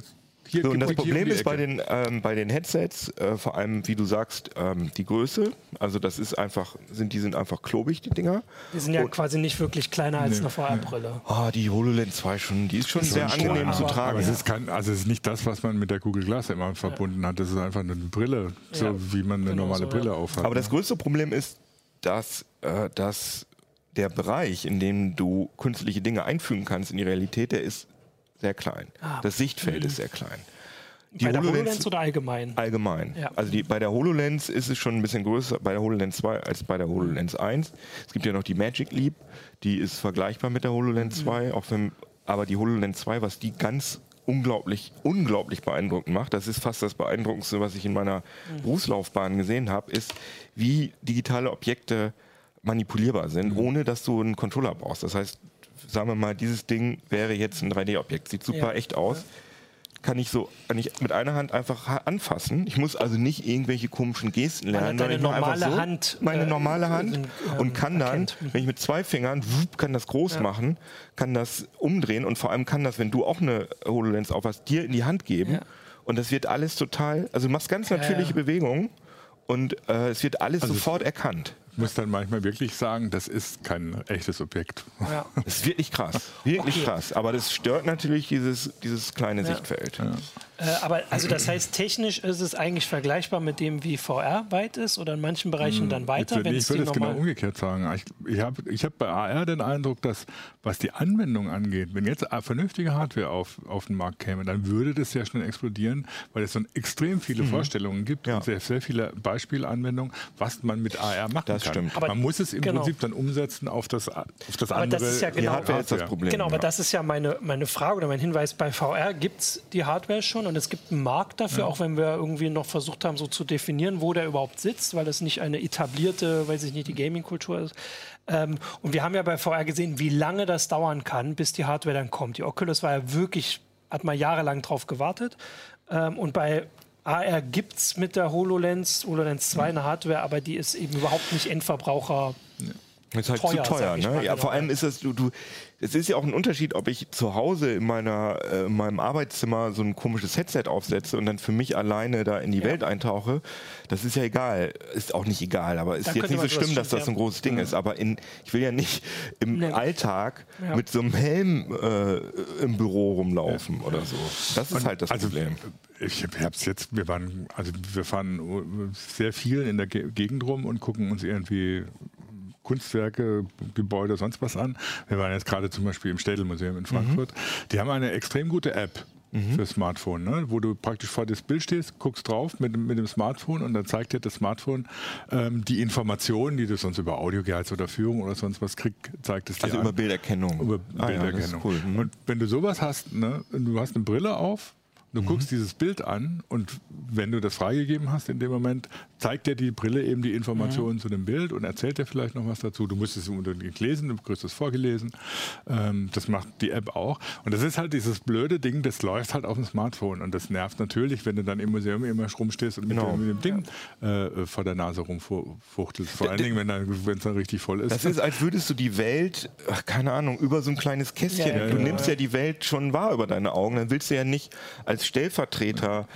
hier So, und das hier um Problem die ist bei Ecke. den, ähm, bei den Headsets, äh, vor allem, wie du sagst, ähm, die Größe. Also das ist einfach, sind, die sind einfach klobig, die Dinger. Die sind ja quasi nicht wirklich kleiner als eine V R-Brille. Ah, die HoloLens zwei schon, die ist schon sehr schon angenehm klein, zu aber- tragen. Aber es ist, kein, also es ist nicht das, was man mit der Google Glass immer verbunden hat. Das ist einfach eine Brille, so Ja, wie man eine genau normale so, Brille ja. aufhat. Aber das größte Problem ist, dass, äh, dass der Bereich, in dem du künstliche Dinge einfügen kannst in die Realität, der ist sehr klein. Ah. Das Sichtfeld ist sehr klein. Die Bei der HoloLens- HoloLens oder allgemein? Allgemein. Ja. Also die, bei der HoloLens ist es schon ein bisschen größer, bei der HoloLens zwei als bei der HoloLens eins. Es gibt ja noch die Magic Leap, die ist vergleichbar mit der HoloLens zwei, auch wenn, aber die HoloLens zwei, was die ganz unglaublich, unglaublich beeindruckend macht, das ist fast das Beeindruckendste, was ich in meiner Berufslaufbahn gesehen habe, ist, wie digitale Objekte manipulierbar sind, ohne dass du einen Controller brauchst. Das heißt, sagen wir mal, dieses Ding wäre jetzt ein drei D-Objekt, sieht super Ja. echt aus. Kann ich so kann ich mit einer Hand einfach ha- anfassen. Ich muss also nicht irgendwelche komischen Gesten lernen. deine sondern ich mache einfach normale so Hand, meine äh, normale Hand ähm, und kann dann, erkennt. wenn ich mit zwei Fingern, wupp, kann das groß Ja. machen, kann das umdrehen und vor allem kann das, wenn du auch eine HoloLens aufhast, dir in die Hand geben. Ja. Und das wird alles total, also du machst ganz Ja, natürliche ja. Bewegungen und äh, es wird alles Also sofort erkannt. Ich muss dann manchmal wirklich sagen, das ist kein echtes Objekt. Ja. Das ist wirklich krass, wirklich Okay. krass. Aber das stört natürlich dieses, dieses kleine Sichtfeld. Äh, aber also das heißt, technisch ist es eigentlich vergleichbar mit dem, wie V R weit ist oder in manchen Bereichen dann Jetzt weiter, würde- wenn ich es die würde es genau normal... umgekehrt sagen. Ich, ich habe ich hab bei A R den Eindruck, dass was die Anwendung angeht, wenn jetzt vernünftige Hardware auf, auf den Markt käme, dann würde das sehr schnell explodieren, weil es so extrem viele Vorstellungen gibt Ja. und sehr, sehr viele Beispielanwendungen, was man mit A R machen Das kann. stimmt. Aber- man muss es im genau. Prinzip dann umsetzen auf das, auf das Aber andere. das ist ja Die genau- Hardware ist das Problem. Genau, aber ja. das ist ja meine, meine Frage oder mein Hinweis. Bei V R gibt es die Hardware schon und es gibt einen Markt dafür, auch wenn wir irgendwie noch versucht haben, so zu definieren, wo der überhaupt sitzt, weil das nicht eine etablierte, weiß ich nicht, die Gaming-Kultur ist. Ähm, und wir haben ja bei V R gesehen, wie lange das dauern kann, bis die Hardware dann kommt. Die Oculus war ja wirklich, hat mal jahrelang drauf gewartet. Ähm, und bei A R gibt es mit der HoloLens, HoloLens zwei eine Hardware, aber die ist eben überhaupt nicht Endverbraucher. Das ist halt teuer, zu teuer. sag ich Ne? mal, Ja, genau. vor allem ist das, du, du, es ist ja auch ein Unterschied, ob ich zu Hause in, meiner, äh, in meinem Arbeitszimmer so ein komisches Headset aufsetze und dann für mich alleine da in die Ja. Welt eintauche. Das ist ja egal. Ist auch nicht egal, aber ist Da jetzt könnte nicht so man sowas schlimm, dass stimmt, das so ein ja. großes Ding ist. Aber in, ich will ja nicht im Nee. Alltag Ja. mit so einem Helm äh, im Büro rumlaufen oder so. Das ist halt das also, Problem. Ich habe es jetzt, wir waren, also wir fahren sehr viel in der Ge- Gegend rum und gucken uns irgendwie Kunstwerke, Gebäude, sonst was an. Wir waren jetzt gerade zum Beispiel im Städelmuseum in Frankfurt. Die haben eine extrem gute App für Smartphone, ne? Wo du praktisch vor das Bild stehst, guckst drauf mit, dem- mit dem Smartphone und dann zeigt dir das Smartphone ähm, die Informationen, die du sonst über Audioguides oder Führung oder sonst was kriegst, zeigt es dir Also an. über Bilderkennung. Über Ah ja, das ist Bilderkennung. cool. Mhm. Und wenn du sowas hast, ne, du hast eine Brille auf, du Mhm. guckst dieses Bild an und wenn du das freigegeben hast in dem Moment, zeigt dir die Brille eben die Informationen zu dem Bild und erzählt dir vielleicht noch was dazu. Du musst es unbedingt lesen, du kriegst es vorgelesen. Ähm, das macht die App auch. Und das ist halt dieses blöde Ding, das läuft halt auf dem Smartphone und das nervt natürlich, wenn du dann im Museum immer rumstehst und mit, Genau. dem, mit dem Ding äh, vor der Nase rumfuchtelst. Vor allen Dingen, wenn es dann richtig voll ist. Das ist, als würdest du die Welt, ach, keine Ahnung, über so ein kleines Kästchen. Ja, ja, du genau. nimmst ja die Welt schon wahr über deine Augen. Dann willst du ja nicht als Stellvertreter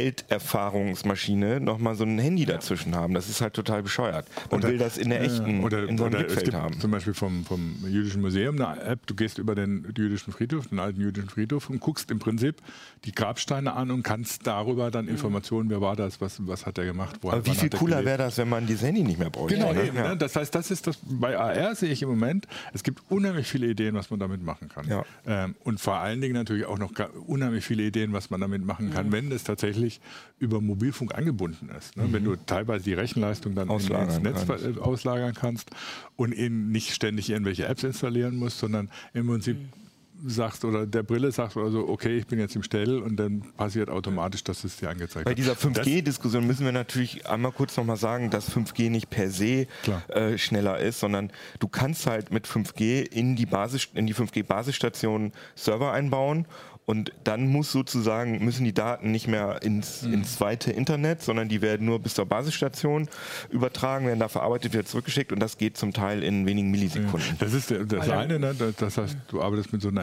Welterfahrungsmaschine nochmal so ein Handy dazwischen haben. Das ist halt total bescheuert. Man Oder- will das in der echten, oder, in seinem oder es Blickfeld gibt haben. zum Beispiel vom, vom Jüdischen Museum eine App, du gehst über den jüdischen Friedhof, den alten jüdischen Friedhof und guckst im Prinzip die Grabsteine an und kannst darüber dann Informationen, wer war das, was, was hat er gemacht, wo Aber wie wann viel hat er cooler gelebt. wäre das, wenn man dieses Handy nicht mehr bräuchte? Genau, ne? eben, Ja. ne? Das heißt, das ist das, bei A R sehe ich im Moment, es gibt unheimlich viele Ideen, was man damit machen kann. Ja. Ähm, und vor allen Dingen natürlich auch noch ga- unheimlich viele Ideen, was man damit machen kann, wenn es tatsächlich über Mobilfunk angebunden ist. Ne? Wenn du teilweise die Rechenleistung dann in- ins Auslagern Netz kannst. äh, auslagern kannst und eben nicht ständig irgendwelche Apps installieren musst, sondern im Prinzip sagst oder der Brille sagst oder so, okay, ich bin jetzt im Stell und dann passiert automatisch, dass es dir angezeigt Bei wird. dieser fünf Das- G-Diskussion müssen wir natürlich einmal kurz nochmal sagen, dass fünf G nicht per se Klar. äh, schneller ist, sondern du kannst halt mit fünf G in die Basis, in die fünf G-Basisstation Server einbauen. Und dann muss sozusagen, müssen die Daten nicht mehr ins, ins weite Internet, sondern die werden nur bis zur Basisstation übertragen, werden da verarbeitet, wieder zurückgeschickt und das geht zum Teil in wenigen Millisekunden. Das ist der- das Ah, ja. eine, ne? das das heißt, du arbeitest mit so einer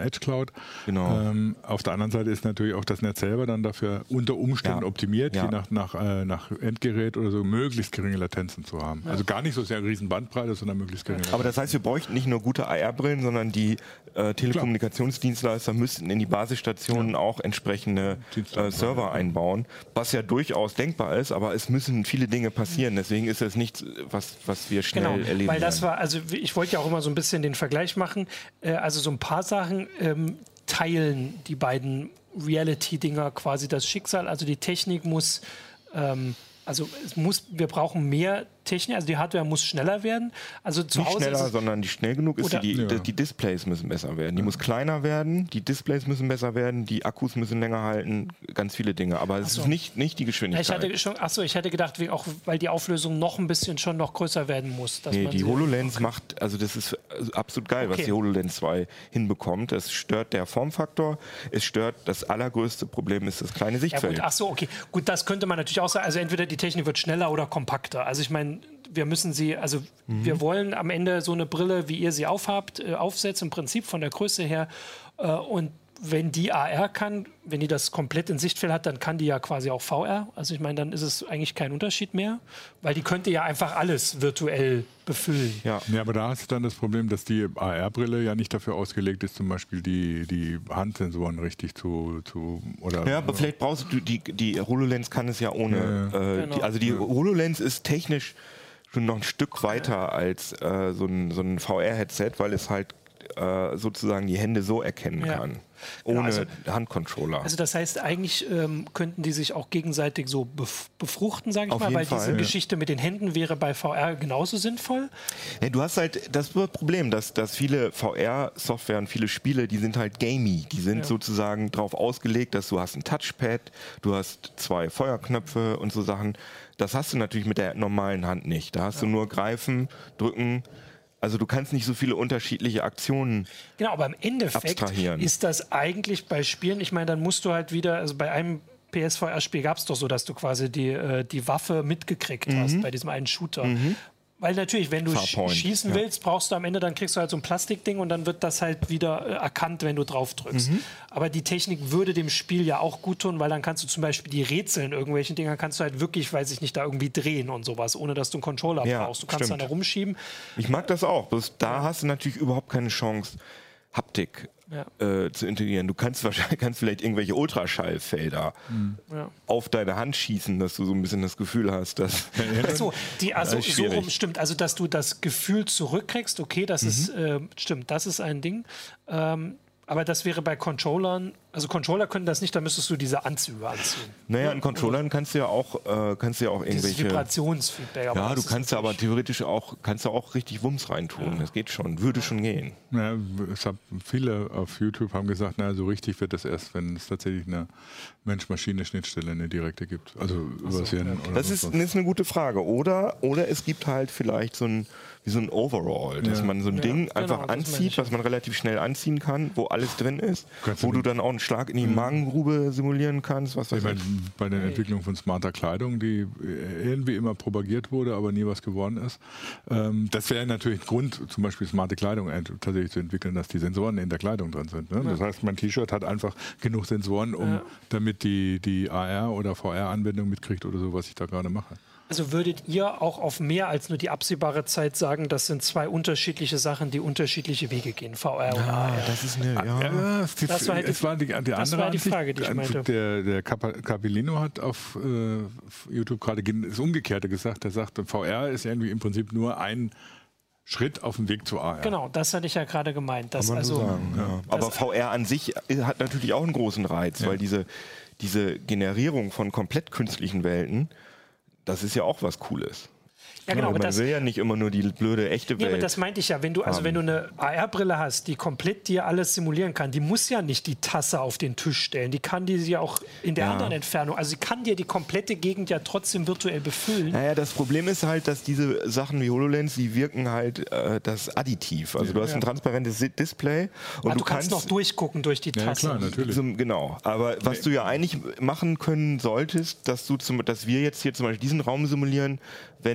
Edge Cloud. Genau. Ähm, auf der anderen Seite ist natürlich auch das Netz selber dann dafür unter Umständen Ja. optimiert, Ja. je nach, nach, äh, nach Endgerät oder so, möglichst geringe Latenzen zu haben. Ja. Also gar nicht so sehr eine riesen Bandbreite, sondern möglichst geringe Latenzen. Aber das heißt, wir bräuchten nicht nur gute A R-Brillen, sondern die äh, Telekommunikationsdienstleister müssten in die Basisstationen ja. auch entsprechende äh, Server einbauen, was ja durchaus denkbar ist, aber es müssen viele Dinge passieren. Deswegen ist es nichts, was, was wir schnell genau, erleben weil das werden. war, also ich wollte ja auch immer so ein bisschen den Vergleich machen. Äh, also so ein paar Sachen ähm, teilen die beiden Reality-Dinger quasi das Schicksal. Also die Technik muss, ähm, also es muss, wir brauchen mehr Technik, also die Hardware muss schneller werden. Also zu Nicht Hause schneller, ist es, sondern die schnell genug ist, Oder- die, die, Ja. die Displays müssen besser werden. Die muss kleiner werden, die Displays müssen besser werden, die Akkus müssen länger halten, ganz viele Dinge. Aber es so. ist nicht, nicht die ich Geschwindigkeit. hatte schon, achso, ich hätte gedacht, wegen auch weil die Auflösung noch ein bisschen schon noch größer werden muss. Dass Nee, man die sie- HoloLens macht, also das ist absolut geil, Okay. was die HoloLens zwei hinbekommt. Es stört der Formfaktor, es stört, das allergrößte Problem ist das kleine Ja Sichtfeld. gut, ach so, okay. Gut, das könnte man natürlich auch sagen. Also entweder die Technik wird schneller oder kompakter. Also ich meine, wir müssen sie, also Mhm. wir wollen am Ende so eine Brille, wie ihr sie aufhabt, äh, aufsetzen, im Prinzip von der Größe her. Äh, und wenn die A R kann, wenn die das komplett in Sichtfeld hat, dann kann die ja quasi auch V R. Also ich meine, dann ist es eigentlich kein Unterschied mehr, weil die könnte ja einfach alles virtuell befüllen. ja. Ja, aber da hast du dann das Problem, dass die A R-Brille ja nicht dafür ausgelegt ist, zum Beispiel die, die Handsensoren richtig zu, zu oder Ja, aber vielleicht brauchst du die, die HoloLens kann es ja ohne. Ja, Äh, Genau. die, also die HoloLens ist technisch schon noch ein Stück weiter als äh, so ein, so ein V R-Headset, weil es halt äh, sozusagen die Hände so erkennen Ja. kann. Ohne Genau, also- Handcontroller. Also das heißt, eigentlich ähm, könnten die sich auch gegenseitig so bef befruchten, sage ich Auf mal, jeden weil Fall, diese ja. Geschichte mit den Händen wäre bei V R genauso sinnvoll. Ja, du hast halt das Problem, dass, dass viele V R-Software und viele Spiele, die sind halt gamey. Die sind Ja. sozusagen darauf ausgelegt, dass du hast ein Touchpad, du hast zwei Feuerknöpfe und so Sachen. Das hast du natürlich mit der normalen Hand nicht. Da hast du nur greifen, drücken. Also du kannst nicht so viele unterschiedliche Aktionen. Genau, aber im Endeffekt Abstrahieren. ist das eigentlich bei Spielen, ich meine, dann musst du halt wieder, also bei einem P S V R-Spiel gab es doch so, dass du quasi die, äh, die Waffe mitgekriegt hast bei diesem einen Shooter. Weil natürlich, wenn du sch Farpoint, schießen ja. willst, brauchst du am Ende, dann kriegst du halt so ein Plastikding und dann wird das halt wieder äh, erkannt, wenn du drauf drückst. Aber die Technik würde dem Spiel ja auch gut tun, weil dann kannst du zum Beispiel die Rätsel in irgendwelchen Dingern kannst du halt wirklich, weiß ich nicht, da irgendwie drehen und sowas, ohne dass du einen Controller Ja, brauchst. Du kannst stimmt. dann da rumschieben. Ich mag das auch. Bloß da hast du natürlich überhaupt keine Chance, Haptik Ja. äh, zu integrieren. Du kannst wahrscheinlich kannst vielleicht irgendwelche Ultraschallfelder Ja. auf deine Hand schießen, dass du so ein bisschen das Gefühl hast, dass Ach so, die, also Das ist so rum schwierig. stimmt. Also, dass du das Gefühl zurückkriegst, okay, das ist, äh, stimmt, das ist ein Ding. Ähm, aber das wäre bei Controllern, also Controller können das nicht, da müsstest du diese Anzüge anziehen. naja, in Controllern kannst du ja auch äh, kannst du ja auch Dieses irgendwelche Vibrationsfeedback. aber ja, das du ist kannst ja aber natürlich- theoretisch auch kannst du auch richtig Wumms reintun. Das geht schon, würde schon gehen. Ja, es hab, viele auf YouTube haben gesagt, na, so richtig wird das erst, wenn es tatsächlich eine Mensch-Maschine-Schnittstelle, eine direkte gibt. Also übers Hirn oder Das was ist, sonst. das ist eine gute Frage. Oder, oder es gibt halt vielleicht so ein, wie so ein Overall, dass Ja. man so ein Ja, Ding genau, einfach das meine anzieht, ich. was man relativ schnell anziehen kann, wo alles drin ist, Kannst wo du- du dann auch einen Schlag in die Magengrube simulieren kannst, was weiß Ich meine, ich. bei der Entwicklung von smarter Kleidung, die irgendwie immer propagiert wurde, aber nie was geworden ist. Ähm, das wäre natürlich ein Grund, zum Beispiel smarte Kleidung ent- tatsächlich zu entwickeln, dass die Sensoren in der Kleidung drin sind. Ne? Das heißt, mein T-Shirt hat einfach genug Sensoren, um, Ja. damit die, die A R- oder V R-Anwendung mitkriegt oder so, was ich da gerade mache. Also würdet ihr auch auf mehr als nur die absehbare Zeit sagen, das sind zwei unterschiedliche Sachen, die unterschiedliche Wege gehen, V R und A R? das ist eine, ja. Ja, es, Das war halt die- es war die, die andere das war die Ansicht. Frage, die ich meinte. Der, der Capa- Capellino hat auf äh, auf YouTube gerade gen- das Umgekehrte gesagt. Er sagt, V R ist irgendwie im Prinzip nur ein Schritt auf dem Weg zu A R. Genau, das hatte ich ja gerade gemeint. Dass Kann man so also, sagen, ja. Aber V R an sich hat natürlich auch einen großen Reiz, weil diese, diese Generierung von komplett künstlichen Welten, das ist ja auch was Cooles. Ja, genau, Ja, aber man das, will ja nicht immer nur die blöde, echte nee, aber Welt. das meinte ich ja. Wenn du, also wenn du eine A R-Brille hast, die komplett dir alles simulieren kann, die muss ja nicht die Tasse auf den Tisch stellen. Die kann die sie auch in der Ja. anderen Entfernung. Also sie kann dir die komplette Gegend ja trotzdem virtuell befüllen. Naja, das Problem ist halt, dass diese Sachen wie HoloLens, die wirken halt äh, das additiv. Also du hast Ja. ein transparentes Si- Display und Ah, du, du kannst noch durchgucken durch die Ja, Tasse. klar, natürlich. So, genau. Aber was du ja eigentlich machen können solltest, dass du zum, dass wir jetzt hier zum Beispiel diesen Raum simulieren, wenn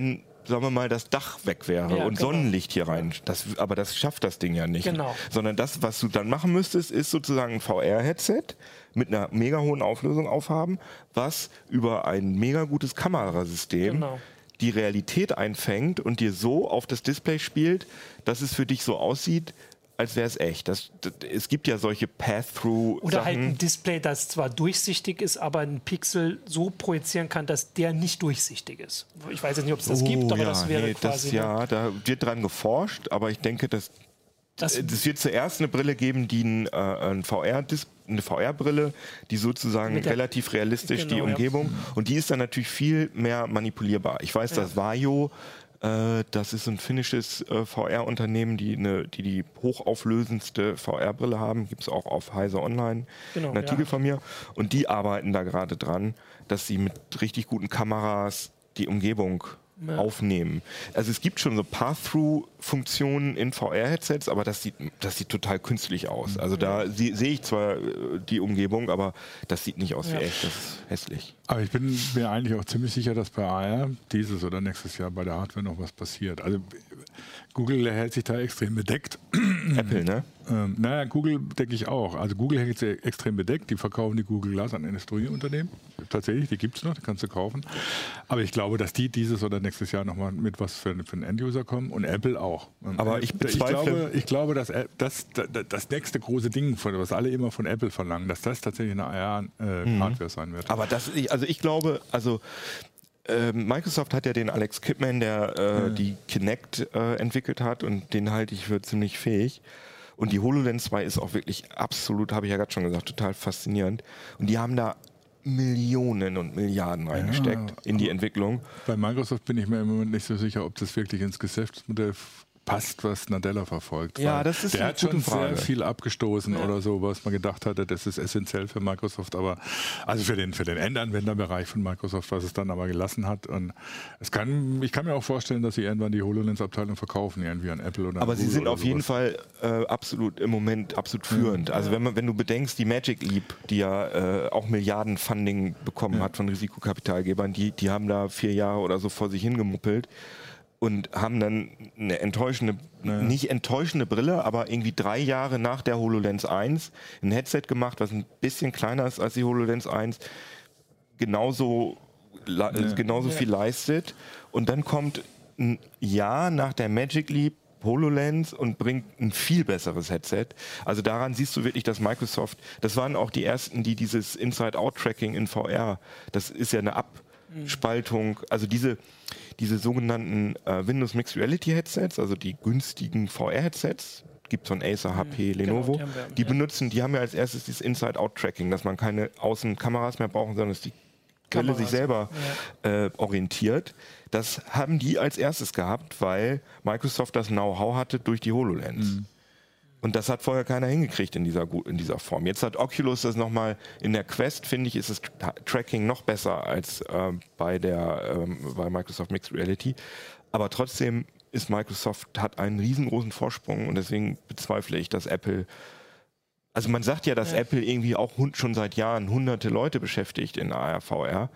sagen wir mal, das Dach weg wäre Ja, und genau. Sonnenlicht hier rein. Das, aber das schafft das Ding ja nicht. Genau. Sondern das, was du dann machen müsstest, ist sozusagen ein V R-Headset mit einer mega hohen Auflösung aufhaben, was über ein mega gutes Kamerasystem Genau. die Realität einfängt und dir so auf das Display spielt, dass es für dich so aussieht, als wäre es echt. Das, das, es gibt ja solche Path-Through-Sachen. Oder halt ein Display, das zwar durchsichtig ist, aber ein Pixel so projizieren kann, dass der nicht durchsichtig ist. Ich weiß jetzt nicht, ob es das Oh, gibt, aber ja, das wäre nee, quasi... das, ja, da wird dran geforscht, aber ich denke, dass Das- es wird zuerst eine Brille geben, die ein, äh, ein V R eine V R-Brille, die sozusagen Mit der- relativ realistisch Genau, die ja. Umgebung und die ist dann natürlich viel mehr manipulierbar. Ich weiß, Ja. dass Vajo, äh, das ist ein finnisches äh, V R-Unternehmen, die, eine, die die hochauflösendste V R-Brille haben, gibt es auch auf Heise Online, Genau, ein Artikel ja. von mir und die arbeiten da gerade dran, dass sie mit richtig guten Kameras die Umgebung Ja. aufnehmen. Also es gibt schon so Path-Through-Funktionen in V R-Headsets, aber das sieht, das sieht total künstlich aus. Also da sie- sehe ich zwar äh, die Umgebung, aber das sieht nicht aus Ja. wie echt, das ist hässlich. Aber ich bin mir eigentlich auch ziemlich sicher, dass bei A R dieses oder nächstes Jahr bei der Hardware noch was passiert. Also Google hält sich da extrem bedeckt. Apple, ne? Ähm, naja, Google denke ich auch. Also Google hält sich extrem bedeckt. Die verkaufen die Google Glass an Industrieunternehmen. Tatsächlich, die gibt es noch, die kannst du kaufen. Aber ich glaube, dass die dieses oder nächstes Jahr nochmal mit was für, für einen Enduser kommen und Apple auch. Ähm, Aber ich ich bezweifle- glaube, ich glaube, dass Ä- das, das, das nächste große Ding, von- was alle immer von Apple verlangen, dass das tatsächlich eine A R-Hardware sein wird. Aber das, also ich glaube, also äh, Microsoft hat ja den Alex Kipman, der äh, die Kinect äh, entwickelt hat und den halte ich für ziemlich fähig. Und die HoloLens zwei ist auch wirklich absolut, habe ich ja gerade schon gesagt, total faszinierend. Und die haben da Millionen und Milliarden reingesteckt in die Entwicklung. Bei Microsoft bin ich mir im Moment nicht so sicher, ob das wirklich ins Geschäftsmodell f- passt, was Nadella verfolgt. Ja, Weil das ist der eine hat schon gute Frage. sehr viel abgestoßen oder so, was man gedacht hatte, das ist essentiell für Microsoft, aber also für den, für den Endanwenderbereich von Microsoft, was es dann aber gelassen hat. Und es kann, ich kann mir auch vorstellen, dass sie irgendwann die HoloLens-Abteilung verkaufen, irgendwie an Apple oder an Aber sie Google sind oder auf jeden sowas. Fall äh, absolut im Moment absolut führend. Also wenn man, wenn du bedenkst, die Magic Leap, die ja äh, auch Milliarden Funding bekommen hat von Risikokapitalgebern, die, die haben da vier Jahre oder so vor sich hingemuppelt und haben dann eine enttäuschende, nicht enttäuschende Brille, aber irgendwie drei Jahre nach der HoloLens eins ein Headset gemacht, was ein bisschen kleiner ist als die HoloLens eins, genauso, la- genauso viel leistet. Und dann kommt ein Jahr nach der Magic Leap HoloLens und bringt ein viel besseres Headset. Also daran siehst du wirklich, dass Microsoft, das waren auch die ersten, die dieses Inside-Out-Tracking in V R, das ist ja eine Abspaltung, also diese, diese sogenannten äh, Windows Mixed Reality Headsets, also die günstigen V R-Headsets, gibt es von Acer, H P, Lenovo, die haben wir, die ja. benutzen, die haben ja als erstes dieses Inside-Out-Tracking, dass man keine Außenkameras mehr brauchen, sondern dass die Brille Kameras, sich selber äh, orientiert. Das haben die als erstes gehabt, weil Microsoft das Know-how hatte durch die HoloLens. Und das hat vorher keiner hingekriegt in dieser, gu- in dieser Form. Jetzt hat Oculus das nochmal in der Quest, finde ich, ist das Tra Tracking noch besser als äh, bei, der, ähm, bei Microsoft Mixed Reality. Aber trotzdem ist Microsoft, hat einen riesengroßen Vorsprung und deswegen bezweifle ich, dass Apple. Also man sagt ja, dass Ja. Apple irgendwie auch hun- schon seit Jahren hunderte Leute beschäftigt in A R, V R.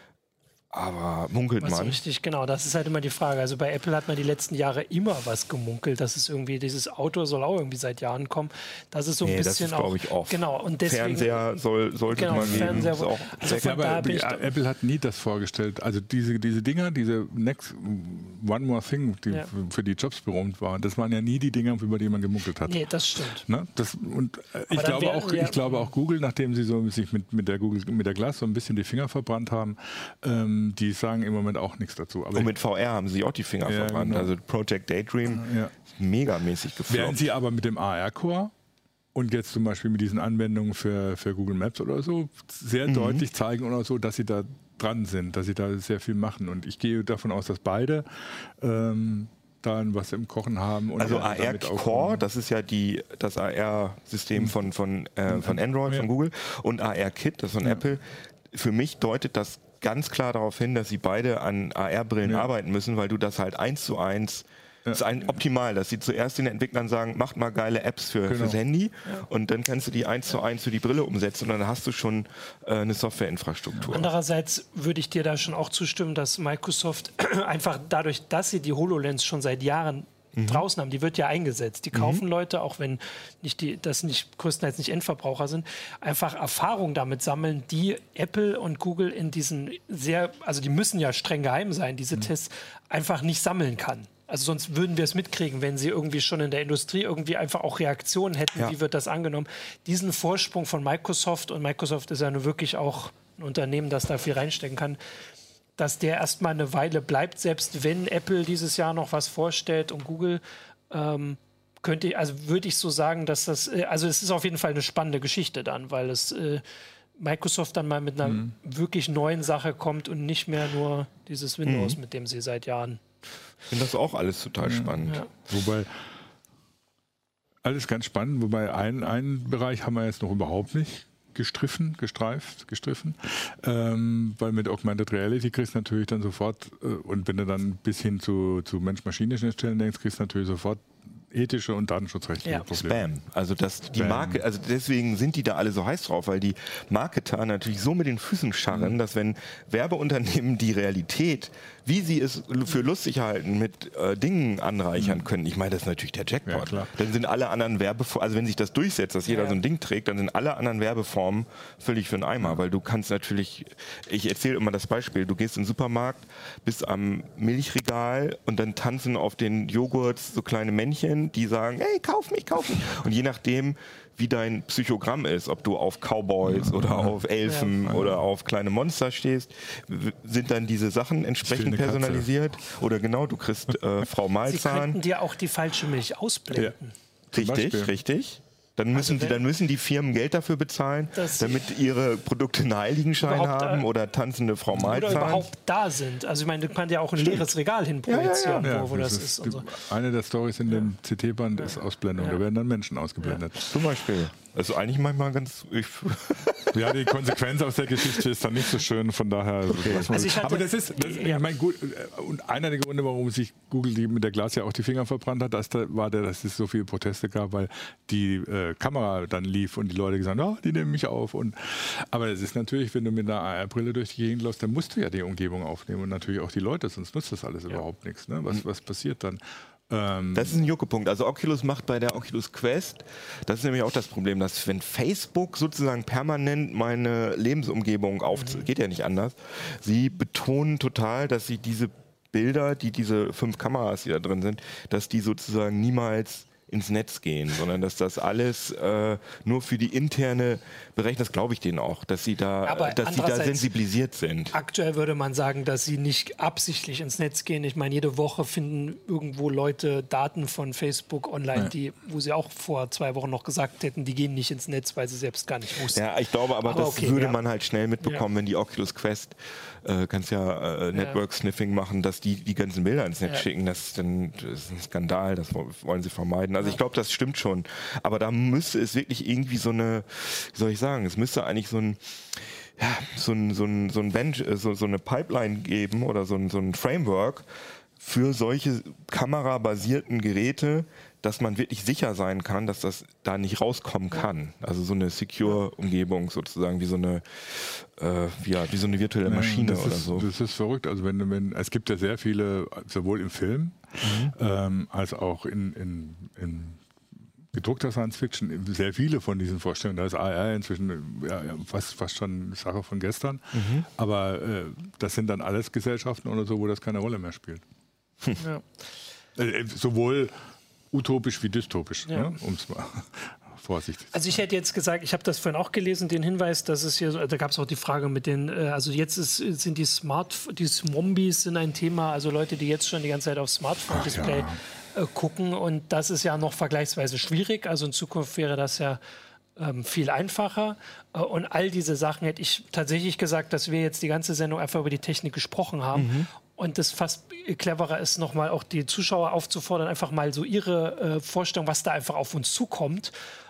Aber munkelt Was man. richtig, genau, das ist halt immer die Frage. Also bei Apple hat man die letzten Jahre immer was gemunkelt, dass es irgendwie, dieses Auto soll auch irgendwie seit Jahren kommen. Das ist so ein Nee, das bisschen ist, auch. glaube ich, oft. Genau, und deswegen. Fernseher soll, sollte Genau, man geben. Fernseher- Ist auch also sehr von Ja, da aber bin ich ja, da- Apple hat nie das vorgestellt. Also diese, diese Dinger, diese Next One More Thing, die Ja. für, für die Jobs berühmt waren, das waren ja nie die Dinger, über die man gemunkelt hat. Nee, das stimmt. Ne? Das, und äh, ich, dann glaube wär- auch, ja. ich glaube auch Google, nachdem sie so sich mit, mit der Google mit der Glass so ein bisschen die Finger verbrannt haben, ähm, die sagen im Moment auch nichts dazu. Aber Und mit V R haben sie auch die Finger Ja, verbrannt. genau. Also Project Daydream Ja. ist megamäßig gefloppt. während sie aber mit dem A R-Core und jetzt zum Beispiel mit diesen Anwendungen für, für Google Maps oder so sehr Mhm. deutlich zeigen oder so, dass sie da dran sind, dass sie da sehr viel machen. Und ich gehe davon aus, dass beide ähm, da was im Kochen haben. Und Also ja, A R damit auch- Core, das ist ja die, das A R-System von, von, äh, von Android, Ja. von Google, und A R Kit, das von Apple. Für mich deutet das ganz klar darauf hin, dass sie beide an A R-Brillen Ja. arbeiten müssen, weil du das halt eins zu eins Das ist ein optimal, dass sie zuerst den Entwicklern sagen, macht mal geile Apps für, Genau. fürs Handy ja. und dann kannst du die eins zu eins für die Brille umsetzen und dann hast du schon äh, eine Softwareinfrastruktur. Andererseits würde ich dir da schon auch zustimmen, dass Microsoft einfach dadurch, dass sie die HoloLens schon seit Jahren mhm. draußen haben, die wird ja eingesetzt. Die kaufen mhm. Leute, auch wenn nicht die, das nicht größtenteils nicht Endverbraucher sind, einfach Erfahrung damit sammeln, die Apple und Google in diesen sehr, also die müssen ja streng geheim sein, diese mhm. Tests einfach nicht sammeln kann. Also sonst würden wir es mitkriegen, wenn sie irgendwie schon in der Industrie irgendwie einfach auch Reaktionen hätten, ja. wie wird das angenommen. Diesen Vorsprung von Microsoft, und Microsoft ist ja nur wirklich auch ein Unternehmen, das da viel reinstecken kann, dass der erstmal eine Weile bleibt, selbst wenn Apple dieses Jahr noch was vorstellt und Google, ähm, könnte ich, also würde ich so sagen, dass das, äh, also es ist auf jeden Fall eine spannende Geschichte dann, weil es äh, Microsoft dann mal mit einer mhm. wirklich neuen Sache kommt und nicht mehr nur dieses Windows, mhm. mit dem sie seit Jahren. Ich finde das auch alles total ja. spannend. Ja. Wobei, alles ganz spannend, wobei einen, einen Bereich haben wir jetzt noch überhaupt nicht gestriffen, gestreift, gestriffen, ähm, weil mit Augmented Reality kriegst du natürlich dann sofort, äh, und wenn du dann bis hin zu, zu Mensch-Maschine-Schnittstellen denkst, kriegst du natürlich sofort ethische und datenschutzrechtliche ja. Probleme. Spam. Also das, die Marke, also deswegen sind die da alle so heiß drauf, weil die Marketer natürlich so mit den Füßen scharren, mhm. dass wenn Werbeunternehmen die Realität, wie sie es für lustig halten, mit äh, Dingen anreichern mhm. können, ich meine, das ist natürlich der Jackpot. Ja, dann sind alle anderen Werbeformen, also wenn sich das durchsetzt, dass jeder ja. so ein Ding trägt, dann sind alle anderen Werbeformen völlig für den Eimer, weil du kannst natürlich, ich erzähle immer das Beispiel, du gehst in den Supermarkt, bist am Milchregal und dann tanzen auf den Joghurts so kleine Männchen, die sagen, hey, kauf mich, kauf mich. Und je nachdem, wie dein Psychogramm ist, ob du auf Cowboys oder auf Elfen ja. oder auf kleine Monster stehst, sind dann diese Sachen entsprechend personalisiert. Katze. Oder genau, du kriegst äh, Frau Malzahn. Sie könnten dir auch die falsche Milch ausblenden. Ja. Richtig, richtig. Dann müssen, also die, dann müssen die Firmen Geld dafür bezahlen, damit ihre Produkte einen Heiligenschein haben oder tanzende Frau Malzahn. Oder überhaupt da sind. Also ich meine, du kannst ja auch ein Stimmt. leeres Regal hinprojizieren, ja, ja, ja. wo, wo das, das ist. ist und so. Eine der Storys in dem C T-Band ist Ausblendung. Ja. Da werden dann Menschen ausgeblendet. Ja. Zum Beispiel. Also eigentlich manchmal ganz... Ich ja, die Konsequenz aus der Geschichte ist dann nicht so schön, von daher... Okay. Also ich aber das ist, das, ja. ich meine, gut, und einer der Gründe, warum sich Google die mit der Glas ja auch die Finger verbrannt hat, das war der, dass es so viele Proteste gab, weil die äh, Kamera dann lief und die Leute gesagt haben, oh, die nehmen mich auf. Und, aber es ist natürlich, wenn du mit einer A R-Brille durch die Gegend läufst, dann musst du ja die Umgebung aufnehmen und natürlich auch die Leute, sonst nutzt das alles ja. überhaupt nichts. Ne? Was, was passiert dann? Das ist ein Juckepunkt. Also Oculus macht bei der Oculus Quest, das ist nämlich auch das Problem, dass wenn Facebook sozusagen permanent meine Lebensumgebung aufzeigt, mhm. geht ja nicht anders, sie betonen total, dass sie diese Bilder, die diese fünf Kameras, die da drin sind, dass die sozusagen niemals ins Netz gehen, sondern dass das alles äh, nur für die interne Berechnung, das glaube ich denen auch, dass sie da, Aber dass sie da sensibilisiert sind. Aktuell würde man sagen, dass sie nicht absichtlich ins Netz gehen. Ich meine, jede Woche finden irgendwo Leute Daten von Facebook online, ja. die, wo sie auch vor zwei Wochen noch gesagt hätten, die gehen nicht ins Netz, weil sie selbst gar nicht wussten. Ja, ich glaube aber, aber das okay, würde ja. man halt schnell mitbekommen, ja. wenn die Oculus Quest, äh, kannst ja äh, Network-Sniffing machen, dass die die ganzen Bilder ins Netz ja. schicken. Das, dann, das ist ein Skandal, das wollen sie vermeiden. Also ich glaube, das stimmt schon. Aber da müsste es wirklich irgendwie so eine, wie soll ich sagen, es müsste eigentlich so ein, ja, so ein, so ein, so ein Bench, so, so eine Pipeline geben oder so ein, so ein Framework für solche kamerabasierten Geräte, dass man wirklich sicher sein kann, dass das da nicht rauskommen kann. Also so eine Secure-Umgebung sozusagen, wie so eine, äh, ja, wie so eine virtuelle Maschine ja, oder ist, so. Das ist verrückt. Also wenn, wenn es gibt ja sehr viele, sowohl im Film mhm. ähm, als auch in, in, in gedruckter Science-Fiction, sehr viele von diesen Vorstellungen. Da ist A R inzwischen ja, fast, fast schon Sache von gestern. Mhm. Aber äh, das sind dann alles Gesellschaften oder so, wo das keine Rolle mehr spielt. Hm. Ja. Äh, sowohl utopisch wie dystopisch, ja. ne? Um es mal vorsichtig zu sagen. Also ich hätte jetzt gesagt, ich habe das vorhin auch gelesen, den Hinweis, dass es hier, da gab es auch die Frage mit den, also jetzt ist, sind die Smart, die Zombies sind ein Thema, also Leute, die jetzt schon die ganze Zeit auf Smartphone-Display ja. äh, gucken, und das ist ja noch vergleichsweise schwierig, also in Zukunft wäre das ja ähm, viel einfacher, äh, und all diese Sachen hätte ich tatsächlich gesagt, dass wir jetzt die ganze Sendung einfach über die Technik gesprochen haben. Mhm. Und das fast cleverer ist, nochmal auch die Zuschauer aufzufordern, einfach mal so ihre äh, Vorstellung, was da einfach auf uns zukommt,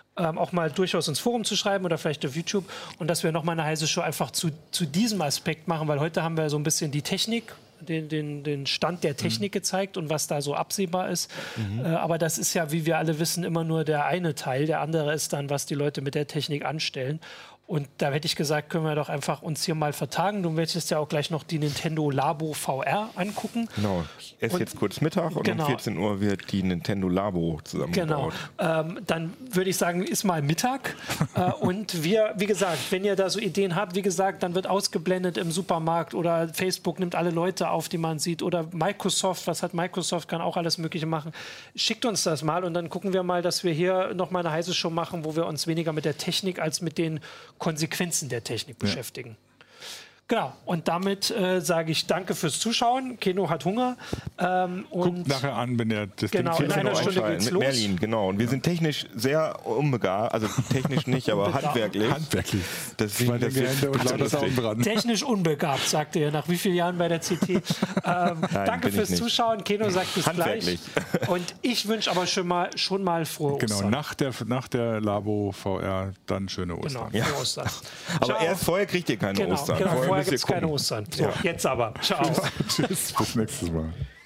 ähm, auch mal durchaus ins Forum zu schreiben oder vielleicht auf YouTube und dass wir nochmal eine heiße Show einfach zu, zu diesem Aspekt machen, weil heute haben wir so ein bisschen die Technik, den, den, den Stand der Technik mhm. gezeigt und was da so absehbar ist. Mhm. Äh, aber das ist ja, wie wir alle wissen, immer nur der eine Teil. Der andere ist dann, was die Leute mit der Technik anstellen. Und da hätte ich gesagt, können wir doch einfach uns hier mal vertagen. Du möchtest ja auch gleich noch die Nintendo Labo V R angucken. Genau, ich esse und, jetzt kurz Mittag und genau. um vierzehn Uhr wird die Nintendo Labo zusammengebaut. Genau, ähm, dann würde ich sagen, ist mal Mittag. äh, und wir, wie gesagt, wenn ihr da so Ideen habt, wie gesagt, dann wird ausgeblendet im Supermarkt oder Facebook nimmt alle Leute auf, die man sieht. Oder Microsoft, was hat Microsoft, kann auch alles Mögliche machen. Schickt uns das mal und dann gucken wir mal, dass wir hier nochmal eine heiße Show machen, wo wir uns weniger mit der Technik als mit den Konsequenzen der Technik ja. beschäftigen. Genau, und damit äh, sage ich danke fürs Zuschauen. Keno hat Hunger. Ähm, und Guckt nachher an, wenn er das genau, Ding in einer Stunde geht's mit los. Merlin, genau. Und wir sind technisch sehr unbegabt, also technisch nicht, aber handwerklich. Handwerklich. Deswegen, das Hände und lauter Sound dran. Technisch unbegabt, sagt er nach wie vielen Jahren bei der C T. ähm, Nein, danke fürs Zuschauen. Keno sagt bis gleich. Und ich wünsche aber schon mal, schon mal frohe genau, Ostern. Genau, nach der, nach der Labo V R dann schöne Ostern. Genau, frohe ja. Ostern. Aber erst vorher kriegt ihr keine genau, Ostern. Genau, vorher, vorher gibt es keine gucken. Ostern. So, ja. Jetzt aber. Ciao. Tschüss, bis nächstes Mal.